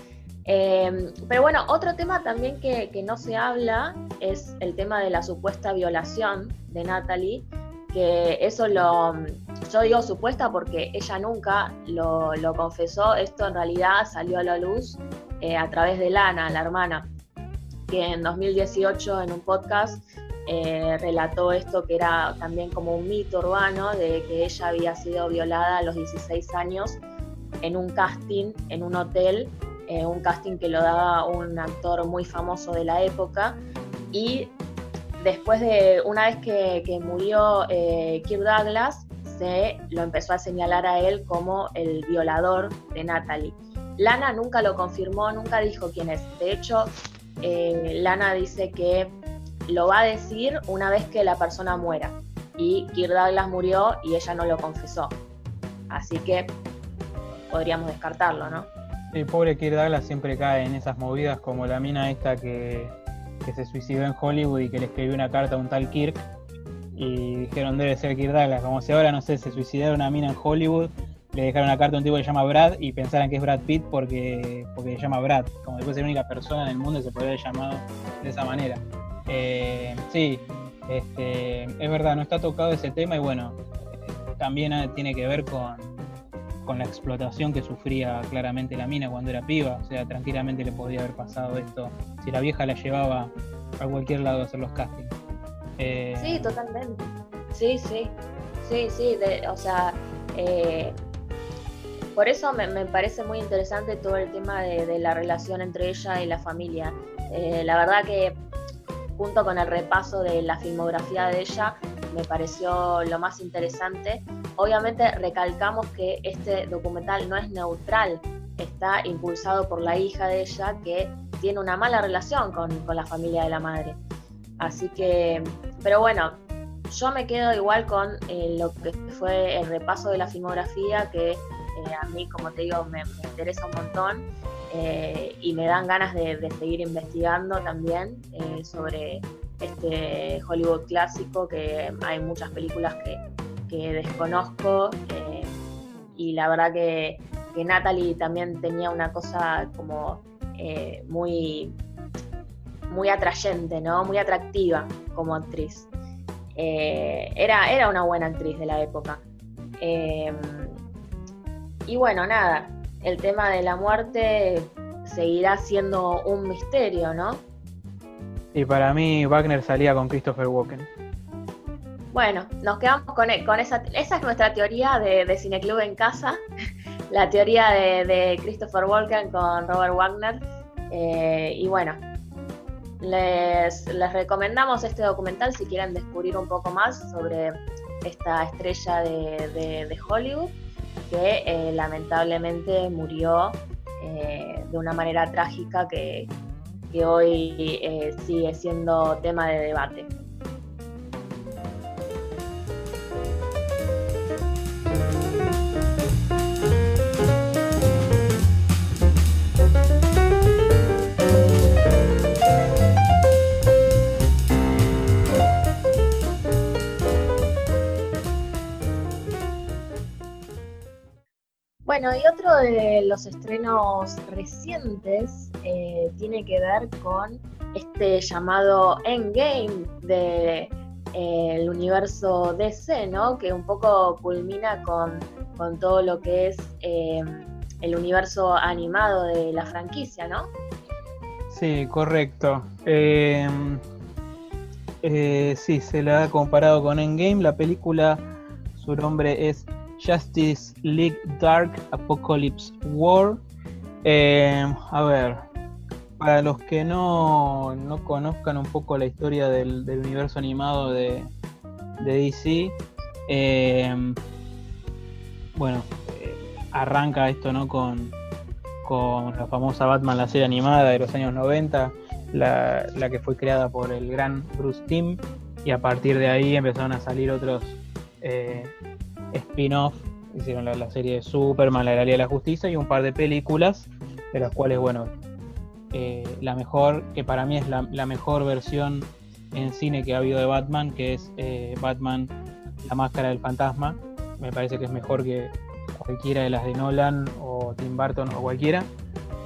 Eh, pero bueno, otro tema también que, que no se habla es el tema de la supuesta violación de Natalie, que eso lo, yo digo supuesta porque ella nunca lo, lo confesó, esto en realidad salió a la luz eh, a través de Lana, la hermana, que en dos mil dieciocho en un podcast eh, relató esto, que era también como un mito urbano de que ella había sido violada a los dieciséis años en un casting, en un hotel, eh, un casting que lo daba un actor muy famoso de la época, y después de, una vez que, que murió eh, Kirk Douglas, se lo empezó a señalar a él como el violador de Natalie. Lana nunca lo confirmó, nunca dijo quién es. De hecho, eh, Lana dice que lo va a decir una vez que la persona muera. Y Kirk Douglas murió y ella no lo confesó. Así que podríamos descartarlo, ¿no? El pobre Kirk Douglas siempre cae en esas movidas, como la mina esta que, que se suicidó en Hollywood y que le escribió una carta a un tal Kirk y dijeron debe ser Kirk Douglas, como si ahora, no sé, se suicidara una mina en Hollywood, le dejaron una carta a un tipo que se llama Brad y pensaran que es Brad Pitt porque, porque se llama Brad, como si fuese la única persona en el mundo que se podría haber llamado de esa manera. Eh, sí, este, es verdad, no está tocado ese tema y bueno, también tiene que ver con, con la explotación que sufría claramente la mina cuando era piba, o sea, tranquilamente le podía haber pasado esto si la vieja la llevaba a cualquier lado a hacer los castings. Eh... Sí, totalmente. Sí, sí, sí, sí, de, o sea, eh, por eso me, me parece muy interesante todo el tema de, de la relación entre ella y la familia. Eh, la verdad que junto con el repaso de la filmografía de ella, me pareció lo más interesante. Obviamente recalcamos que este documental no es neutral, está impulsado por la hija de ella que tiene una mala relación con, con la familia de la madre. Así que, pero bueno, yo me quedo igual con eh, lo que fue el repaso de la filmografía, que eh, a mí, como te digo, me, me interesa un montón eh, y me dan ganas de, de seguir investigando también eh, sobre este Hollywood clásico, que hay muchas películas que, que desconozco eh, y la verdad que, que Natalie también tenía una cosa como eh, muy... muy atrayente, ¿no? Muy atractiva como actriz. Eh, era, era una buena actriz de la época. Eh, y bueno, nada, el tema de la muerte seguirá siendo un misterio, ¿no? Y para mí Wagner salía con Christopher Walken. Bueno, nos quedamos con, con esa, esa es nuestra teoría de, de Cineclub en casa, la teoría de, de Christopher Walken con Robert Wagner. Eh, y bueno, Les, les recomendamos este documental si quieren descubrir un poco más sobre esta estrella de, de, de Hollywood que eh, lamentablemente murió eh, de una manera trágica que, que hoy eh, sigue siendo tema de debate. Bueno, y otro de los estrenos recientes eh, tiene que ver con este llamado Endgame del eh, universo D C, ¿no? Que un poco culmina con, con todo lo que es eh, el universo animado de la franquicia, ¿no? Sí, correcto. Eh, eh, sí, se la ha comparado con Endgame. La película, su nombre es Justice League Dark Apocalypse War. Eh, a ver, para los que no, no conozcan un poco la historia del, del universo animado de, de D C, eh, bueno, eh, arranca esto, ¿no? Con, con la famosa Batman, la serie animada de los años noventa, la, la que fue creada por el gran Bruce Timm, y a partir de ahí empezaron a salir otros eh, spin-off. Hicieron la, la serie de Superman, la de la Liga de la Justicia y un par de películas, de las cuales, bueno, eh, la mejor, que para mí es la, la mejor versión en cine que ha habido de Batman, que es eh, Batman, la máscara del fantasma. Me parece que es mejor que cualquiera de las de Nolan o Tim Burton o cualquiera.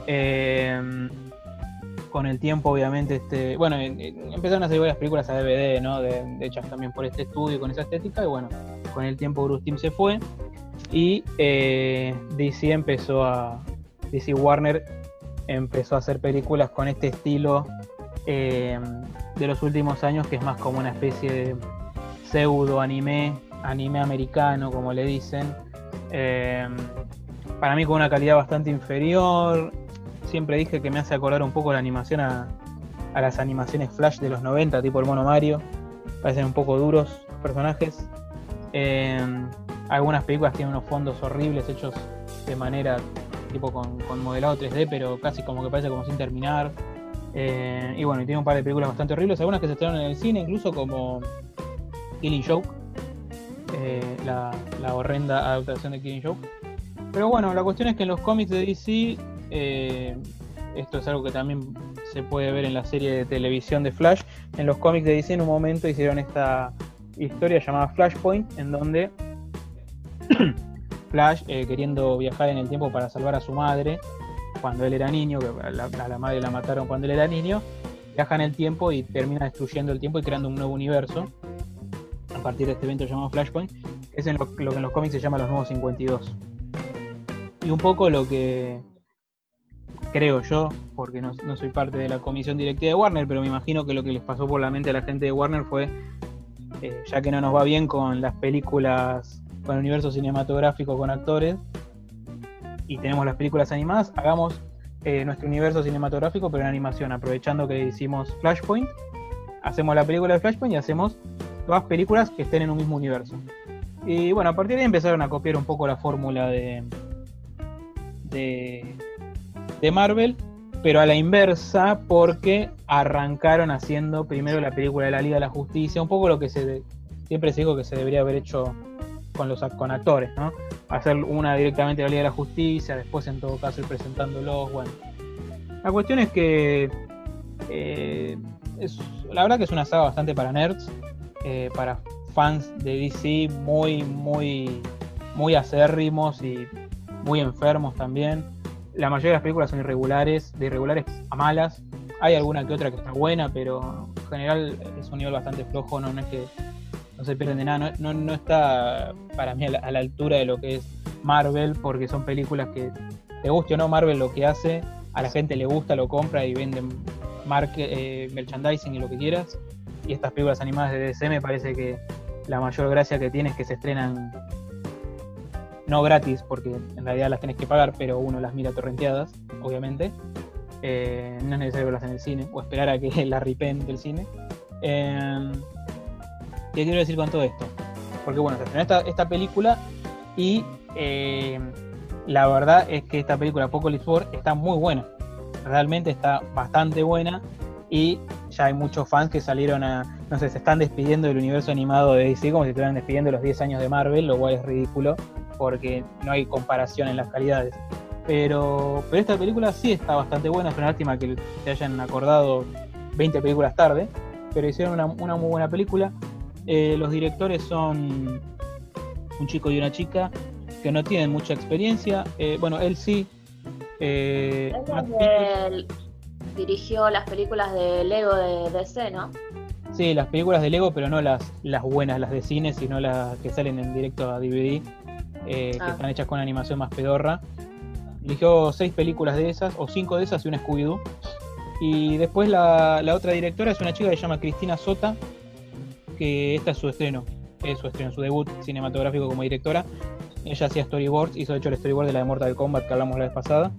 Eh, con el tiempo, obviamente, este, bueno, empezaron a salir varias películas a D V D, ¿no? De, de hechas también por este estudio, con esa estética, y bueno, con el tiempo Bruce Timm se fue y eh, D C empezó a, D C Warner empezó a hacer películas con este estilo eh, de los últimos años, que es más como una especie de pseudo anime, anime americano, como le dicen. Eh, para mí con una calidad bastante inferior. Siempre dije que me hace acordar un poco la animación a, a las animaciones Flash de los noventa, tipo el Mono Mario. Parecen un poco duros los personajes. Eh, algunas películas tienen unos fondos horribles hechos de manera tipo con, con modelado tres D, pero casi como que parece como sin terminar. Eh, y bueno, y tiene un par de películas bastante horribles, algunas que se estrenaron en el cine, incluso como Killing Joke, eh, la, la horrenda adaptación de Killing Joke. Pero bueno, la cuestión es que en los cómics de D C, eh, esto es algo que también se puede ver en la serie de televisión de Flash, en los cómics de D C en un momento hicieron esta historia llamada Flashpoint, en donde Flash, eh, queriendo viajar en el tiempo para salvar a su madre cuando él era niño, que a la, a la madre la mataron cuando él era niño, viaja en el tiempo y termina destruyendo el tiempo y creando un nuevo universo a partir de este evento llamado Flashpoint, que es en lo, lo que en los cómics se llama los Nuevos cincuenta y dos. Y un poco lo que creo yo, porque no, no soy parte de la comisión directiva de Warner, pero me imagino que lo que les pasó por la mente a la gente de Warner fue, eh, ya que no nos va bien con las películas, con el universo cinematográfico, con actores, y tenemos las películas animadas, hagamos eh, nuestro universo cinematográfico pero en animación, aprovechando que hicimos Flashpoint, hacemos la película de Flashpoint y hacemos todas películas que estén en un mismo universo. Y bueno, a partir de ahí empezaron a copiar un poco la fórmula de de, de Marvel, pero a la inversa, porque arrancaron haciendo primero la película de la Liga de la Justicia, un poco lo que se siempre se dijo que se debería haber hecho con los con actores, ¿no? Hacer una directamente de la Liga de la Justicia, después en todo caso ir presentándolos. Bueno, la cuestión es que eh, es, la verdad que es una saga bastante para nerds, eh, para fans de D C muy, muy, muy acérrimos y muy enfermos también. La mayoría de las películas son irregulares, de irregulares a malas. Hay alguna que otra que está buena, pero en general es un nivel bastante flojo, no, no es que no se pierden de nada, no, no, no está para mí a la, a la altura de lo que es Marvel, porque son películas que, te guste o no Marvel lo que hace, a la gente le gusta, lo compra y venden market, eh, merchandising y lo que quieras. Y estas películas animadas de D C me parece que la mayor gracia que tiene es que se estrenan no gratis, porque en realidad las tenés que pagar, pero uno las mira torrenteadas, obviamente. Eh, no es necesario verlas en el cine, o esperar a que la ripen del cine. Eh, ¿Qué quiero decir con todo esto? Porque bueno, se estrenó esta, esta película y eh, la verdad es que esta película Apocalypse War está muy buena. Realmente está bastante buena y ya hay muchos fans que salieron a, no sé, se están despidiendo del universo animado de D C como si estuvieran despidiendo los diez años de Marvel, lo cual es ridículo porque no hay comparación en las calidades. Pero, pero esta película sí está bastante buena, es una lástima que se hayan acordado veinte películas tarde, pero hicieron una, una muy buena película. Eh, los directores son un chico y una chica que no tienen mucha experiencia. Eh, bueno, él sí. Eh, él dirigió las películas de Lego de D C, ¿no? Sí, las películas de Lego, pero no las, las buenas, las de cine, sino las que salen en directo a D V D, eh, ah. que están hechas con animación más pedorra. Dirigió seis películas de esas, o cinco de esas y una Scooby-Doo. Y después la, la otra directora es una chica que se llama Cristina Sota, que esta es su estreno, es su estreno, su debut cinematográfico como directora. Ella hacía storyboards, hizo de hecho el storyboard de la de Mortal Kombat que hablamos la vez pasada.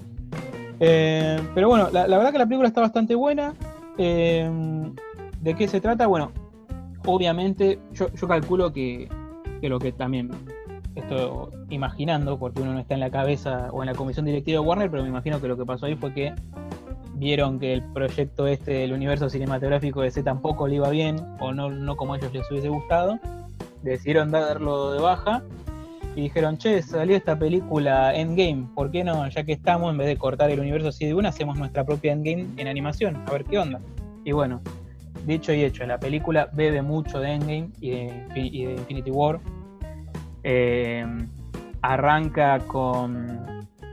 Eh, pero bueno, la, la verdad que la película está bastante buena. Eh, ¿De qué se trata? Bueno, obviamente yo, yo calculo que, que lo que también estoy imaginando, porque uno no está en la cabeza o en la comisión directiva de Warner, pero me imagino que lo que pasó ahí fue que vieron que el proyecto este del universo cinematográfico de D C tampoco le iba bien, o no, no como a ellos les hubiese gustado, decidieron darlo de baja y dijeron, che, salió esta película Endgame, ¿por qué no? Ya que estamos, en vez de cortar el universo así de una, hacemos nuestra propia Endgame en animación, a ver qué onda. Y bueno, dicho y hecho, la película bebe mucho de Endgame y de, y de Infinity War. Eh, arranca con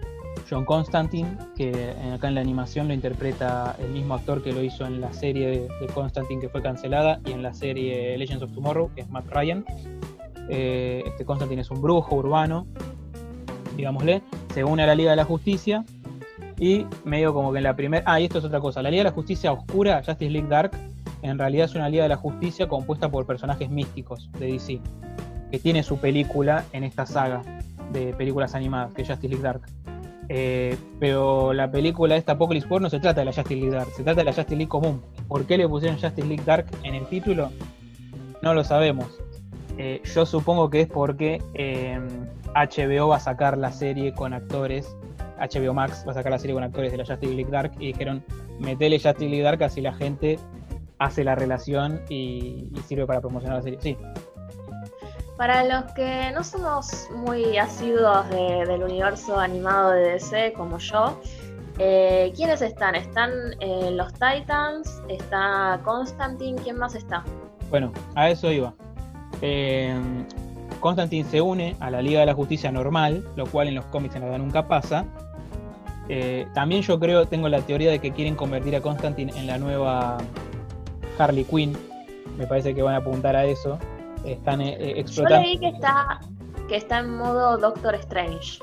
John Constantine, que acá en la animación lo interpreta el mismo actor que lo hizo en la serie de, de Constantine que fue cancelada y en la serie Legends of Tomorrow, que es Matt Ryan. Eh, este Constantine es un brujo urbano, digámosle, se une a la Liga de la Justicia y medio como que en la primera... Ah, y esto es otra cosa, la Liga de la Justicia Oscura, Justice League Dark, en realidad es una Liga de la Justicia compuesta por personajes místicos de D C, que tiene su película en esta saga de películas animadas, que es Justice League Dark. Eh, pero la película esta Apocalypse War no se trata de la Justice League Dark, se trata de la Justice League común. ¿Por qué le pusieron Justice League Dark en el título? No lo sabemos. Eh, yo supongo que es porque eh, H B O va a sacar la serie con actores, H B O Max va a sacar la serie con actores de la Justice League Dark y dijeron, metele Justice League Dark así la gente hace la relación y, y sirve para promocionar la serie. Sí. Para los que no somos muy asiduos de, del universo animado de D C como yo, eh, ¿quiénes están? ¿Están eh, los Titans? ¿Está Constantine? ¿Quién más está? Bueno, a eso iba. Eh, Constantine se une a la Liga de la Justicia normal, lo cual en los cómics en verdad nunca pasa. Eh, también yo creo, tengo la teoría de que quieren convertir a Constantine en la nueva Harley Quinn. Me parece que van a apuntar a eso. Están eh, explotando. Yo leí que está, que está en modo Doctor Strange.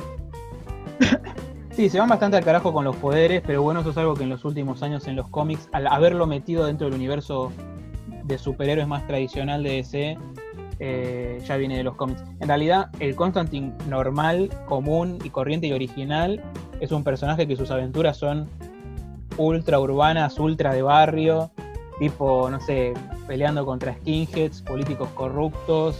Sí, se van bastante al carajo con los poderes, pero bueno, eso es algo que en los últimos años en los cómics, al haberlo metido dentro del universo de superhéroes más tradicional de D C, eh, ya viene de los cómics. En realidad, el Constantine normal, común y corriente y original es un personaje que sus aventuras son ultra urbanas, ultra de barrio, tipo, no sé, peleando contra skinheads, políticos corruptos,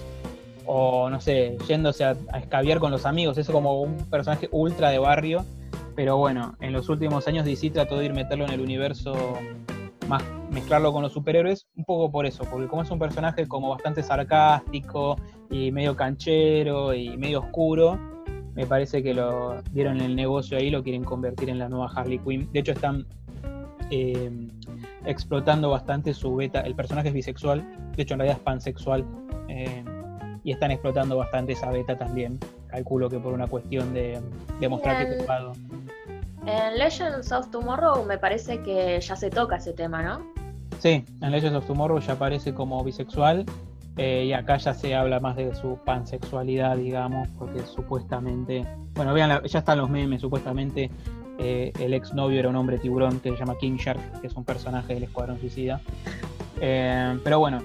o no sé, yéndose a, a escabiar con los amigos. Es como un personaje ultra de barrio, pero bueno, en los últimos años D C trató de ir meterlo en el universo, más mezclarlo con los superhéroes, un poco por eso, porque como es un personaje como bastante sarcástico y medio canchero y medio oscuro, me parece que lo dieron el negocio ahí, lo quieren convertir en la nueva Harley Quinn. De hecho están eh, explotando bastante su beta. El personaje es bisexual, de hecho en realidad es pansexual, eh, y están explotando bastante esa beta también. Calculo que por una cuestión de, de mostrar que es ocupado. En Legends of Tomorrow me parece que ya se toca ese tema, ¿no? Sí, en Legends of Tomorrow ya aparece como bisexual, eh, y acá ya se habla más de su pansexualidad, digamos, porque supuestamente, bueno, vean, la, ya están los memes, supuestamente eh, el exnovio era un hombre tiburón que se llama King Shark, que es un personaje del Escuadrón Suicida. Eh, pero bueno,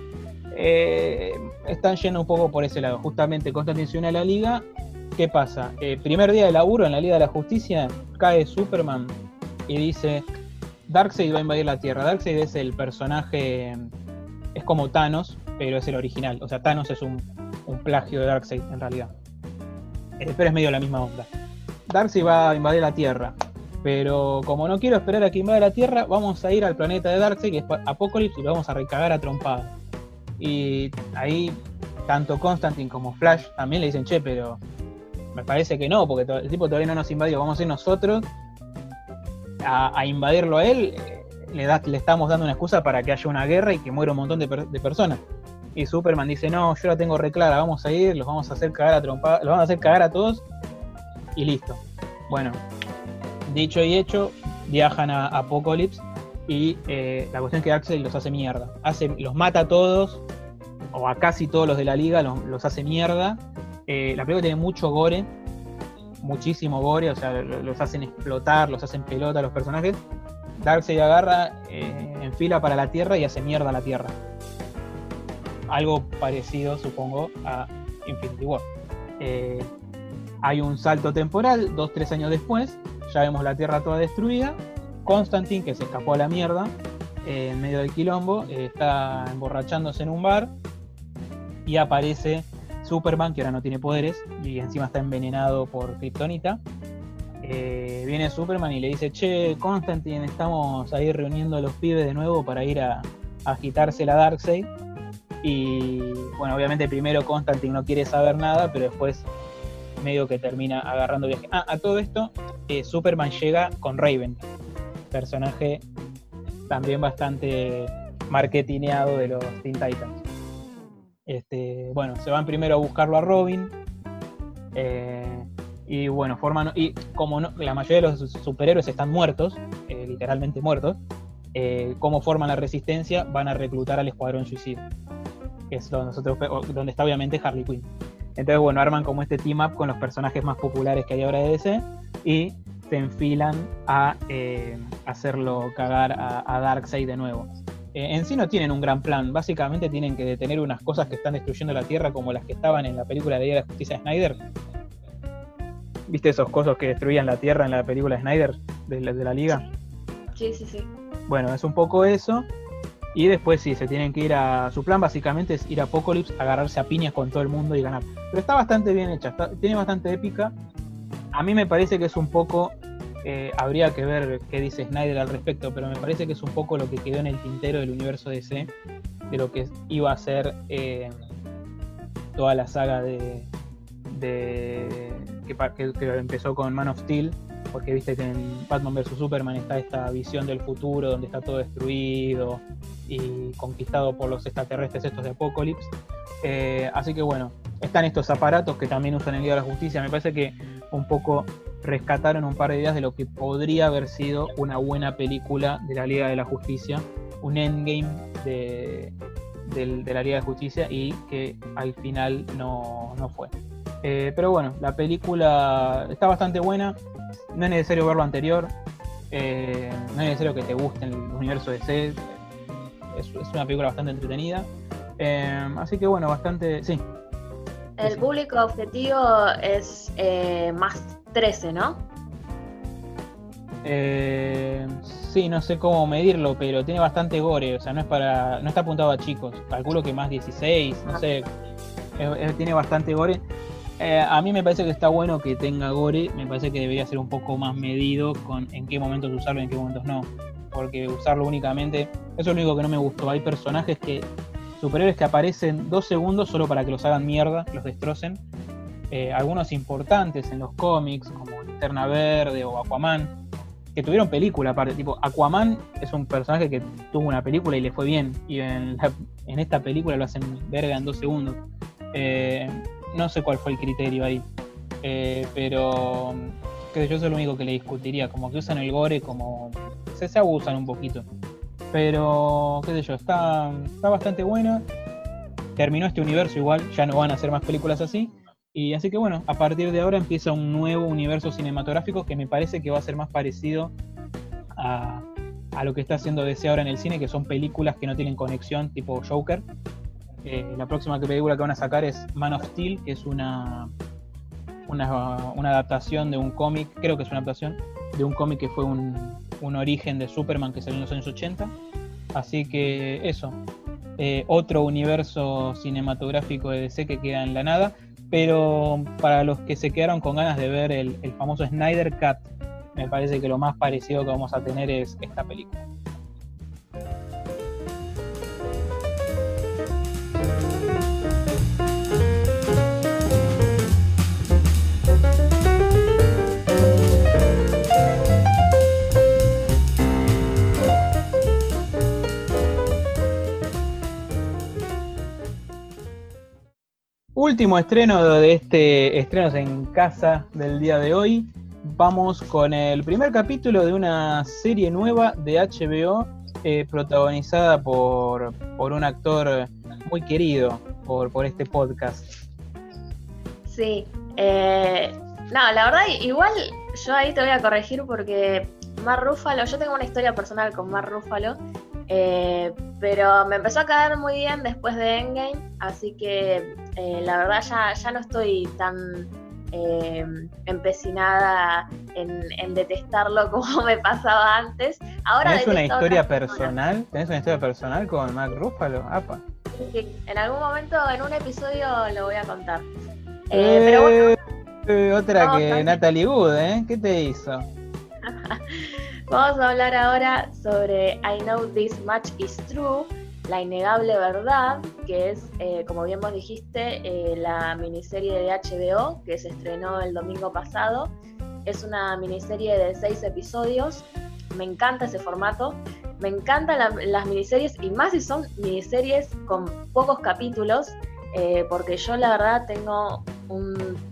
eh, están yendo un poco por ese lado. Justamente Constantine se une a la Liga. ¿Qué pasa? Eh, primer día de laburo en la Liga de la Justicia, cae Superman y dice: Darkseid va a invadir la Tierra. Darkseid es el personaje, es como Thanos, pero es el original. O sea, Thanos es un, un plagio de Darkseid en realidad. Eh, pero es medio la misma onda. Darkseid va a invadir la Tierra, pero como no quiero esperar a que invada la Tierra, vamos a ir al planeta de Darkseid, que es Apocalypse, y lo vamos a recagar a trompadas. Y ahí, tanto Constantine como Flash también le dicen: che, pero me parece que no, porque el tipo todavía no nos invadió, vamos a ir nosotros a, a invadirlo a él. Le, da, le estamos dando una excusa para que haya una guerra y que muera un montón de, per, de personas. Y Superman dice: no, yo la tengo re clara, vamos a ir, los vamos a hacer cagar a trompadas, los vamos a hacer cagar a todos y listo. Bueno, dicho y hecho, viajan a Apocalypse y eh, la cuestión es que Darkseid los hace mierda, hace, los mata a todos, o a casi todos los de la liga, los, los hace mierda. Eh, la película tiene mucho gore, muchísimo gore, o sea, los hacen explotar, los hacen pelota a los personajes. Darkseid agarra, eh, enfila para la Tierra y hace mierda a la Tierra. Algo parecido, supongo, a Infinity War. Eh, hay un salto temporal, dos, tres años después, ya vemos la Tierra toda destruida. Constantine, que se escapó a la mierda, eh, en medio del quilombo, eh, está emborrachándose en un bar y aparece Superman, que ahora no tiene poderes y encima está envenenado por Kryptonita. Eh, viene Superman y le dice: che, Constantine, estamos ahí reuniendo a los pibes de nuevo para ir a, a agitarse la Darkseid. Y bueno, obviamente primero Constantine no quiere saber nada, pero después medio que termina agarrando viaje. Ah, a todo esto, eh, Superman llega con Raven, personaje también bastante marketineado de los Teen Titans. Este, bueno, se van primero a buscarlo a Robin, eh, Y bueno, forman. Y como no, la mayoría de los superhéroes están muertos, eh, literalmente muertos, eh, ¿cómo forman la resistencia? Van a reclutar al Escuadrón Suicida, que es donde, nosotros, donde está obviamente Harley Quinn. Entonces, bueno, arman como este team up con los personajes más populares que hay ahora de D C y se enfilan a eh, hacerlo cagar a, a Darkseid de nuevo. Eh, en sí no tienen un gran plan, básicamente tienen que detener unas cosas que están destruyendo la Tierra, como las que estaban en la película de Liga de la Justicia de Snyder. ¿Viste esos cosos que destruían la Tierra en la película de Snyder, de la, de la Liga? Sí, sí, sí. Bueno, es un poco eso. Y después sí, se tienen que ir a... Su plan básicamente es ir a Apokolips, agarrarse a piñas con todo el mundo y ganar. Pero está bastante bien hecha, está, tiene bastante épica. A mí me parece que es un poco... Eh, habría que ver qué dice Snyder al respecto, pero me parece que es un poco lo que quedó en el tintero del universo D C, de lo que iba a ser eh, toda la saga de... de que, que, que empezó con Man of Steel, porque viste que en Batman versus Superman está esta visión del futuro donde está todo destruido y conquistado por los extraterrestres estos de Apokolips. Eh, así que bueno, están estos aparatos que también usan en Liga de la Justicia. Me parece que un poco rescataron un par de ideas de lo que podría haber sido una buena película de la Liga de la Justicia, un endgame de, de, de la Liga de Justicia, y que al final no, no fue. Eh, pero bueno, la película está bastante buena. No es necesario ver lo anterior, eh, no es necesario que te guste el universo D C, es, es una película bastante entretenida, eh, así que bueno, bastante, sí. El sí. Público objetivo es eh, más trece, ¿no? Eh, sí, no sé cómo medirlo, pero tiene bastante gore, o sea, no es para, no está apuntado a chicos, calculo que más dieciséis, no sé, eh, eh, tiene bastante gore. Eh, a mí me parece que está bueno que tenga gore, me parece que debería ser un poco más medido con en qué momentos usarlo y en qué momentos no, porque usarlo únicamente, eso es lo único que no me gustó. Hay personajes que, superhéroes que aparecen dos segundos solo para que los hagan mierda, los destrocen, eh, algunos importantes en los cómics como Linterna Verde o Aquaman, que tuvieron película aparte, tipo Aquaman es un personaje que tuvo una película y le fue bien, y en, la, en esta película lo hacen verga en dos segundos. eh, No sé cuál fue el criterio ahí, eh, pero que yo, eso es lo único que le discutiría, como que usan el gore, como se, se abusan un poquito, pero qué sé yo, está, está bastante buena. Terminó este universo igual, ya no van a hacer más películas así, y así que bueno, a partir de ahora empieza un nuevo universo cinematográfico que me parece que va a ser más parecido a, a lo que está haciendo D C ahora en el cine, que son películas que no tienen conexión, tipo Joker. Eh, la próxima película que van a sacar es Man of Steel, que es una, una, una adaptación de un cómic, creo que es una adaptación de un cómic que fue un, un origen de Superman que salió en los años ochenta. Así que eso, eh, otro universo cinematográfico de D C que queda en la nada, pero para los que se quedaron con ganas de ver el, el famoso Snyder Cut, me parece que lo más parecido que vamos a tener es esta película. Último estreno de este Estrenos en Casa del día de hoy. Vamos con el primer capítulo de una serie nueva de H B O, eh, protagonizada por, por un actor muy querido por, por este podcast. Sí, eh, no, la verdad, igual yo ahí te voy a corregir porque Mark Ruffalo, yo tengo una historia personal con Mark Ruffalo, eh, pero me empezó a caer muy bien después de Endgame, así que eh, la verdad ya, ya no estoy tan eh, empecinada en, en detestarlo como me pasaba antes. Ahora ¿Tenés una historia personas. personal? ¿Tenés una historia personal con Mark Ruffalo? Apa. Sí, en algún momento, en un episodio lo voy a contar. Eh, Eh, pero bueno, eh, otra no, que también. Natalie Wood, ¿eh? ¿Qué te hizo? Vamos a hablar ahora sobre I Know This Much Is True, la innegable verdad, que es, eh, como bien vos dijiste, eh, la miniserie de H B O que se estrenó el domingo pasado. Es una miniserie de seis episodios. Me encanta ese formato. Me encantan la, las miniseries, y más si son miniseries con pocos capítulos, eh, porque yo la verdad tengo un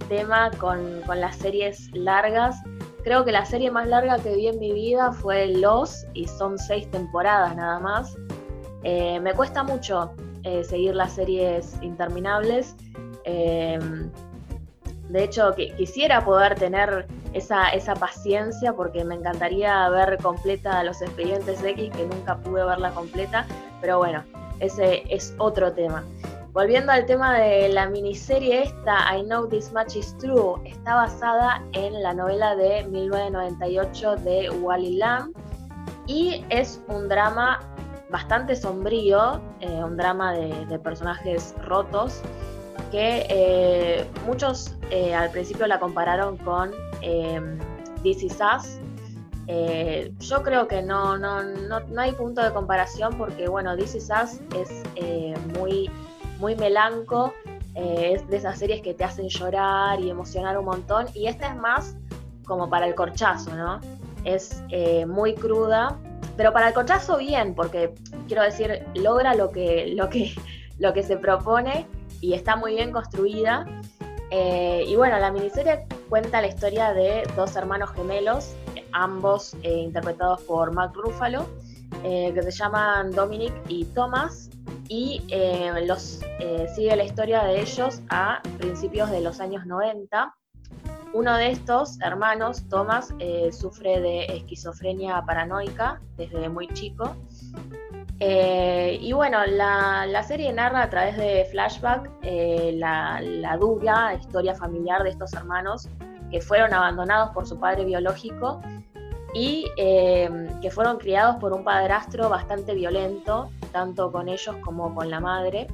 tema con, con las series largas. Creo que la serie más larga que vi en mi vida fue Lost y son seis temporadas nada más. Eh, me cuesta mucho eh, seguir las series interminables. Eh, de hecho, que, quisiera poder tener esa, esa paciencia porque me encantaría ver completa Los Expedientes X, que nunca pude verla completa, pero bueno, ese es otro tema. Volviendo al tema de la miniserie esta, I Know This Much Is True, está basada en la novela de mil novecientos noventa y ocho de Wally Lamb y es un drama bastante sombrío, eh, un drama de, de personajes rotos, que eh, muchos eh, al principio la compararon con eh, This Is Us. Eh, yo creo que no, no, no, no hay punto de comparación porque, bueno, This Is Us es eh, muy, muy melanco, eh, es de esas series que te hacen llorar y emocionar un montón, y esta es más como para el corchazo, ¿no? Es eh, muy cruda, pero para el corchazo bien, porque quiero decir, logra lo que, lo que, lo que se propone y está muy bien construida. Eh, y bueno, la miniserie cuenta la historia de dos hermanos gemelos, ambos eh, interpretados por Mark Ruffalo, eh, que se llaman Dominic y Thomas, y eh, los eh, sigue la historia de ellos a principios de los años noventa. Uno de estos hermanos, Thomas, eh, sufre de esquizofrenia paranoica desde muy chico. Eh, y bueno, la, la serie narra a través de flashback eh, la, la dura historia familiar de estos hermanos que fueron abandonados por su padre biológico y eh, que fueron criados por un padrastro bastante violento, tanto con ellos como con la madre.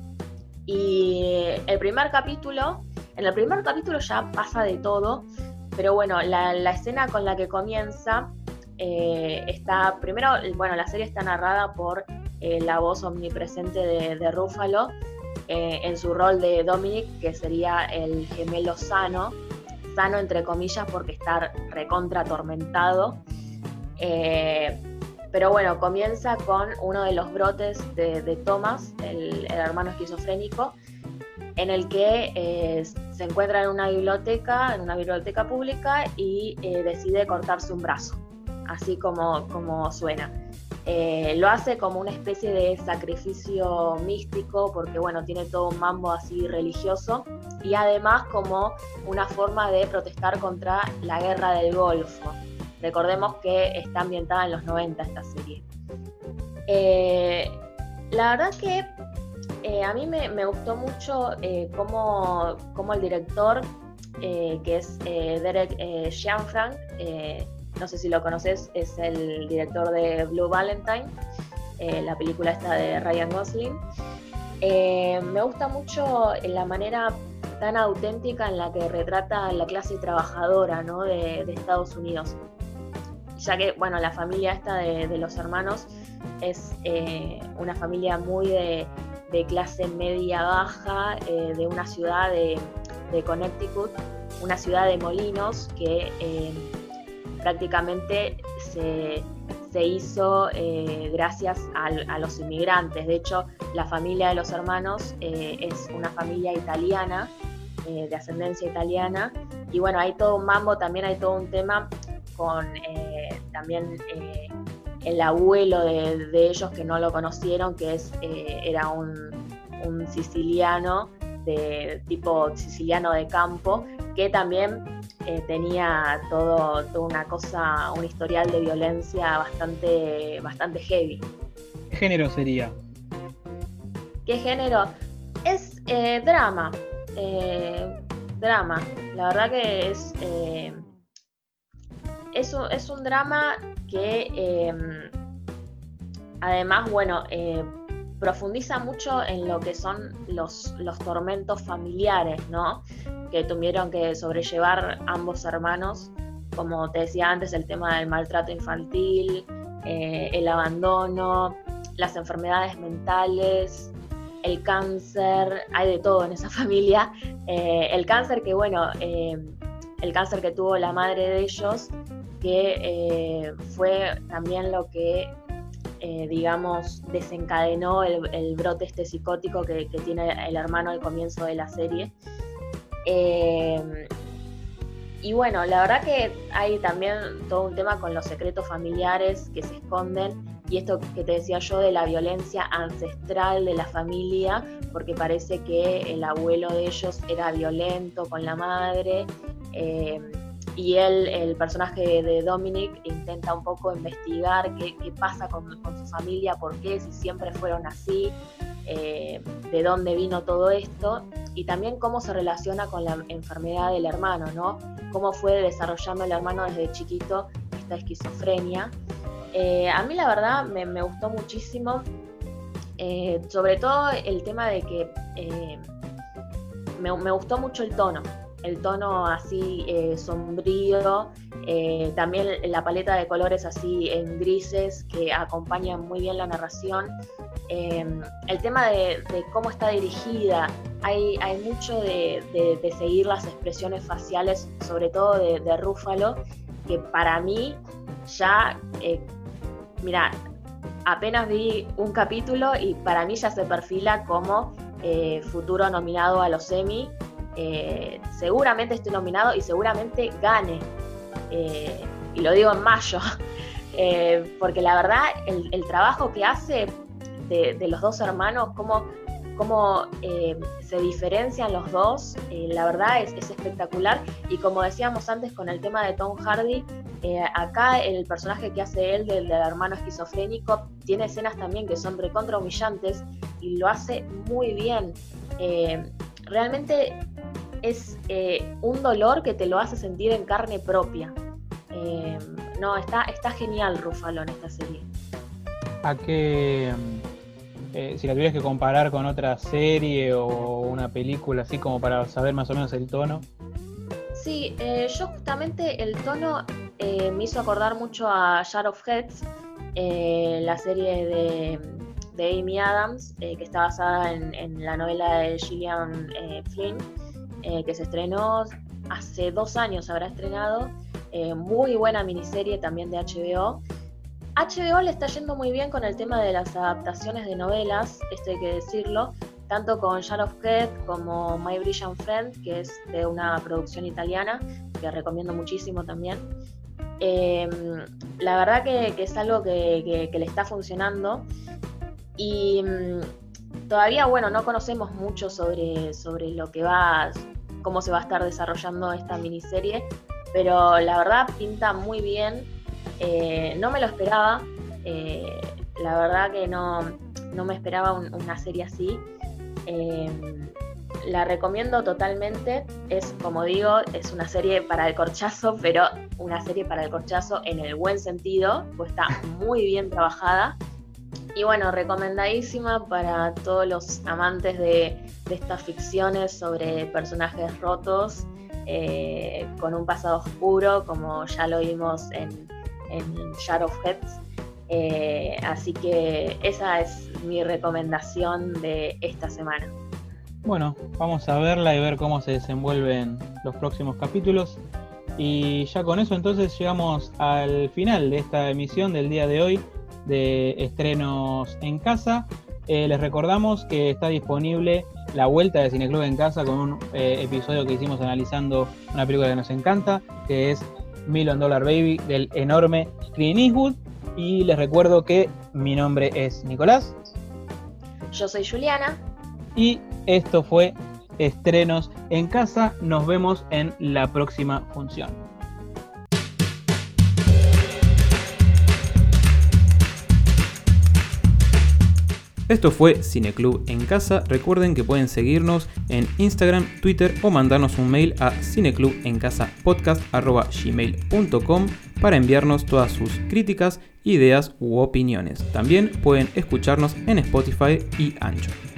Y el primer capítulo, en el primer capítulo ya pasa de todo, pero bueno, la, la escena con la que comienza eh, está, primero, bueno, la serie está narrada por eh, la voz omnipresente de, de Ruffalo, eh, en su rol de Dominic, que sería el gemelo sano, sano entre comillas porque está recontra atormentado. Eh, pero bueno, comienza con uno de los brotes de, de Thomas, el, el hermano esquizofrénico, en el que eh, se encuentra en una biblioteca, en una biblioteca pública y eh, decide cortarse un brazo, así como, como suena. Eh, lo hace como una especie de sacrificio místico porque bueno, tiene todo un mambo así religioso y además como una forma de protestar contra la guerra del Golfo. Recordemos que está ambientada en los noventa esta serie. Eh, la verdad que eh, a mí me, me gustó mucho eh, cómo, cómo el director, eh, que es eh, Derek eh, Cianfrance, eh, no sé si lo conoces, es el director de Blue Valentine, eh, la película esta de Ryan Gosling. Eh, me gusta mucho la manera tan auténtica en la que retrata la clase trabajadora, ¿no? de, de Estados Unidos. Ya que, bueno, la familia esta de, de los hermanos es eh, una familia muy de, de clase media-baja, eh, de una ciudad de, de Connecticut, una ciudad de molinos que eh, prácticamente se, se hizo eh, gracias a, a los inmigrantes. De hecho, la familia de los hermanos eh, es una familia italiana, eh, de ascendencia italiana, y bueno, hay todo un mambo, también hay todo un tema con eh, también eh, el abuelo de, de ellos que no lo conocieron, que es, eh, era un, un siciliano, de tipo siciliano de campo, que también eh, tenía todo, toda una cosa, un historial de violencia bastante, bastante heavy. ¿Qué género sería? ¿Qué género? Es eh, drama, eh, drama, la verdad que es... Eh, Es un, es un drama que eh, además, bueno, eh, profundiza mucho en lo que son los, los tormentos familiares, ¿no? Que tuvieron que sobrellevar ambos hermanos, como te decía antes, el tema del maltrato infantil, eh, el abandono, las enfermedades mentales, el cáncer, hay de todo en esa familia. Eh, el cáncer que, bueno, eh, el cáncer que tuvo la madre de ellos, que eh, fue también lo que, eh, digamos, desencadenó el, el brote este psicótico que, que tiene el hermano al comienzo de la serie. Eh, y bueno, la verdad que hay también todo un tema con los secretos familiares que se esconden, y esto que te decía yo de la violencia ancestral de la familia, porque parece que el abuelo de ellos era violento con la madre, eh, y él, el personaje de Dominic, intenta un poco investigar qué, qué pasa con, con su familia, por qué, si siempre fueron así, eh, de dónde vino todo esto, y también cómo se relaciona con la enfermedad del hermano, ¿no? Cómo fue desarrollando el hermano desde chiquito esta esquizofrenia. Eh, a mí la verdad me, me gustó muchísimo, eh, sobre todo el tema de que eh, me, me gustó mucho el tono, el tono así eh, sombrío, eh, también la paleta de colores así en grises que acompañan muy bien la narración. Eh, el tema de, de cómo está dirigida, hay, hay mucho de, de, de seguir las expresiones faciales, sobre todo de, de Ruffalo, que para mí ya, eh, mira, apenas vi un capítulo y para mí ya se perfila como eh, futuro nominado a los Emmy. Eh, seguramente esté nominado y seguramente gane, eh, y lo digo en mayo, eh, porque la verdad el, el trabajo que hace de, de los dos hermanos, cómo, cómo eh, se diferencian los dos, eh, la verdad es, es espectacular. Y como decíamos antes con el tema de Tom Hardy, eh, acá el personaje que hace él del, del hermano esquizofrénico tiene escenas también que son recontra humillantes y lo hace muy bien. Eh, realmente es eh, un dolor que te lo hace sentir en carne propia. Eh, no, está, está genial Ruffalo en esta serie. ¿A qué, eh, si la tuvieras que comparar con otra serie o una película, así como para saber más o menos el tono? Sí, eh, yo justamente el tono eh, me hizo acordar mucho a Jar of Heads, eh, la serie de, de Amy Adams, eh, que está basada en, en la novela de Gillian eh, Flynn, Eh, que se estrenó hace dos años, habrá estrenado, eh, muy buena miniserie también de H B O. H B O le está yendo muy bien con el tema de las adaptaciones de novelas, esto hay que decirlo, tanto con Jar of Heads como My Brilliant Friend, que es de una producción italiana, que recomiendo muchísimo también. Eh, la verdad que, que es algo que, que, que le está funcionando, y todavía, bueno, no conocemos mucho sobre, sobre lo que va, cómo se va a estar desarrollando esta miniserie, pero la verdad pinta muy bien. Eh, no me lo esperaba, eh, la verdad que no, no me esperaba un, una serie así. Eh, la recomiendo totalmente. Es, como digo, es una serie para el corchazo, pero una serie para el corchazo en el buen sentido, pues está muy bien trabajada. Y bueno, recomendadísima para todos los amantes de, de estas ficciones sobre personajes rotos, eh, con un pasado oscuro, como ya lo vimos en, en Jar of Heads. Eh, así que esa es mi recomendación de esta semana. Bueno, vamos a verla y ver cómo se desenvuelven los próximos capítulos. Y ya con eso entonces llegamos al final de esta emisión del día de hoy de Estrenos en Casa. Eh, les recordamos que está disponible la vuelta de Cineclub en Casa con un eh, episodio que hicimos analizando una película que nos encanta, que es Million Dollar Baby, del enorme Clint Eastwood. Y les recuerdo que mi nombre es Nicolás. Yo soy Juliana. Y esto fue Estrenos en Casa. Nos vemos en la próxima función. Esto fue Cineclub en Casa. Recuerden que pueden seguirnos en Instagram, Twitter o mandarnos un mail a cineclubencasapodcast arroba gmail punto com para enviarnos todas sus críticas, ideas u opiniones. También pueden escucharnos en Spotify y Anchor.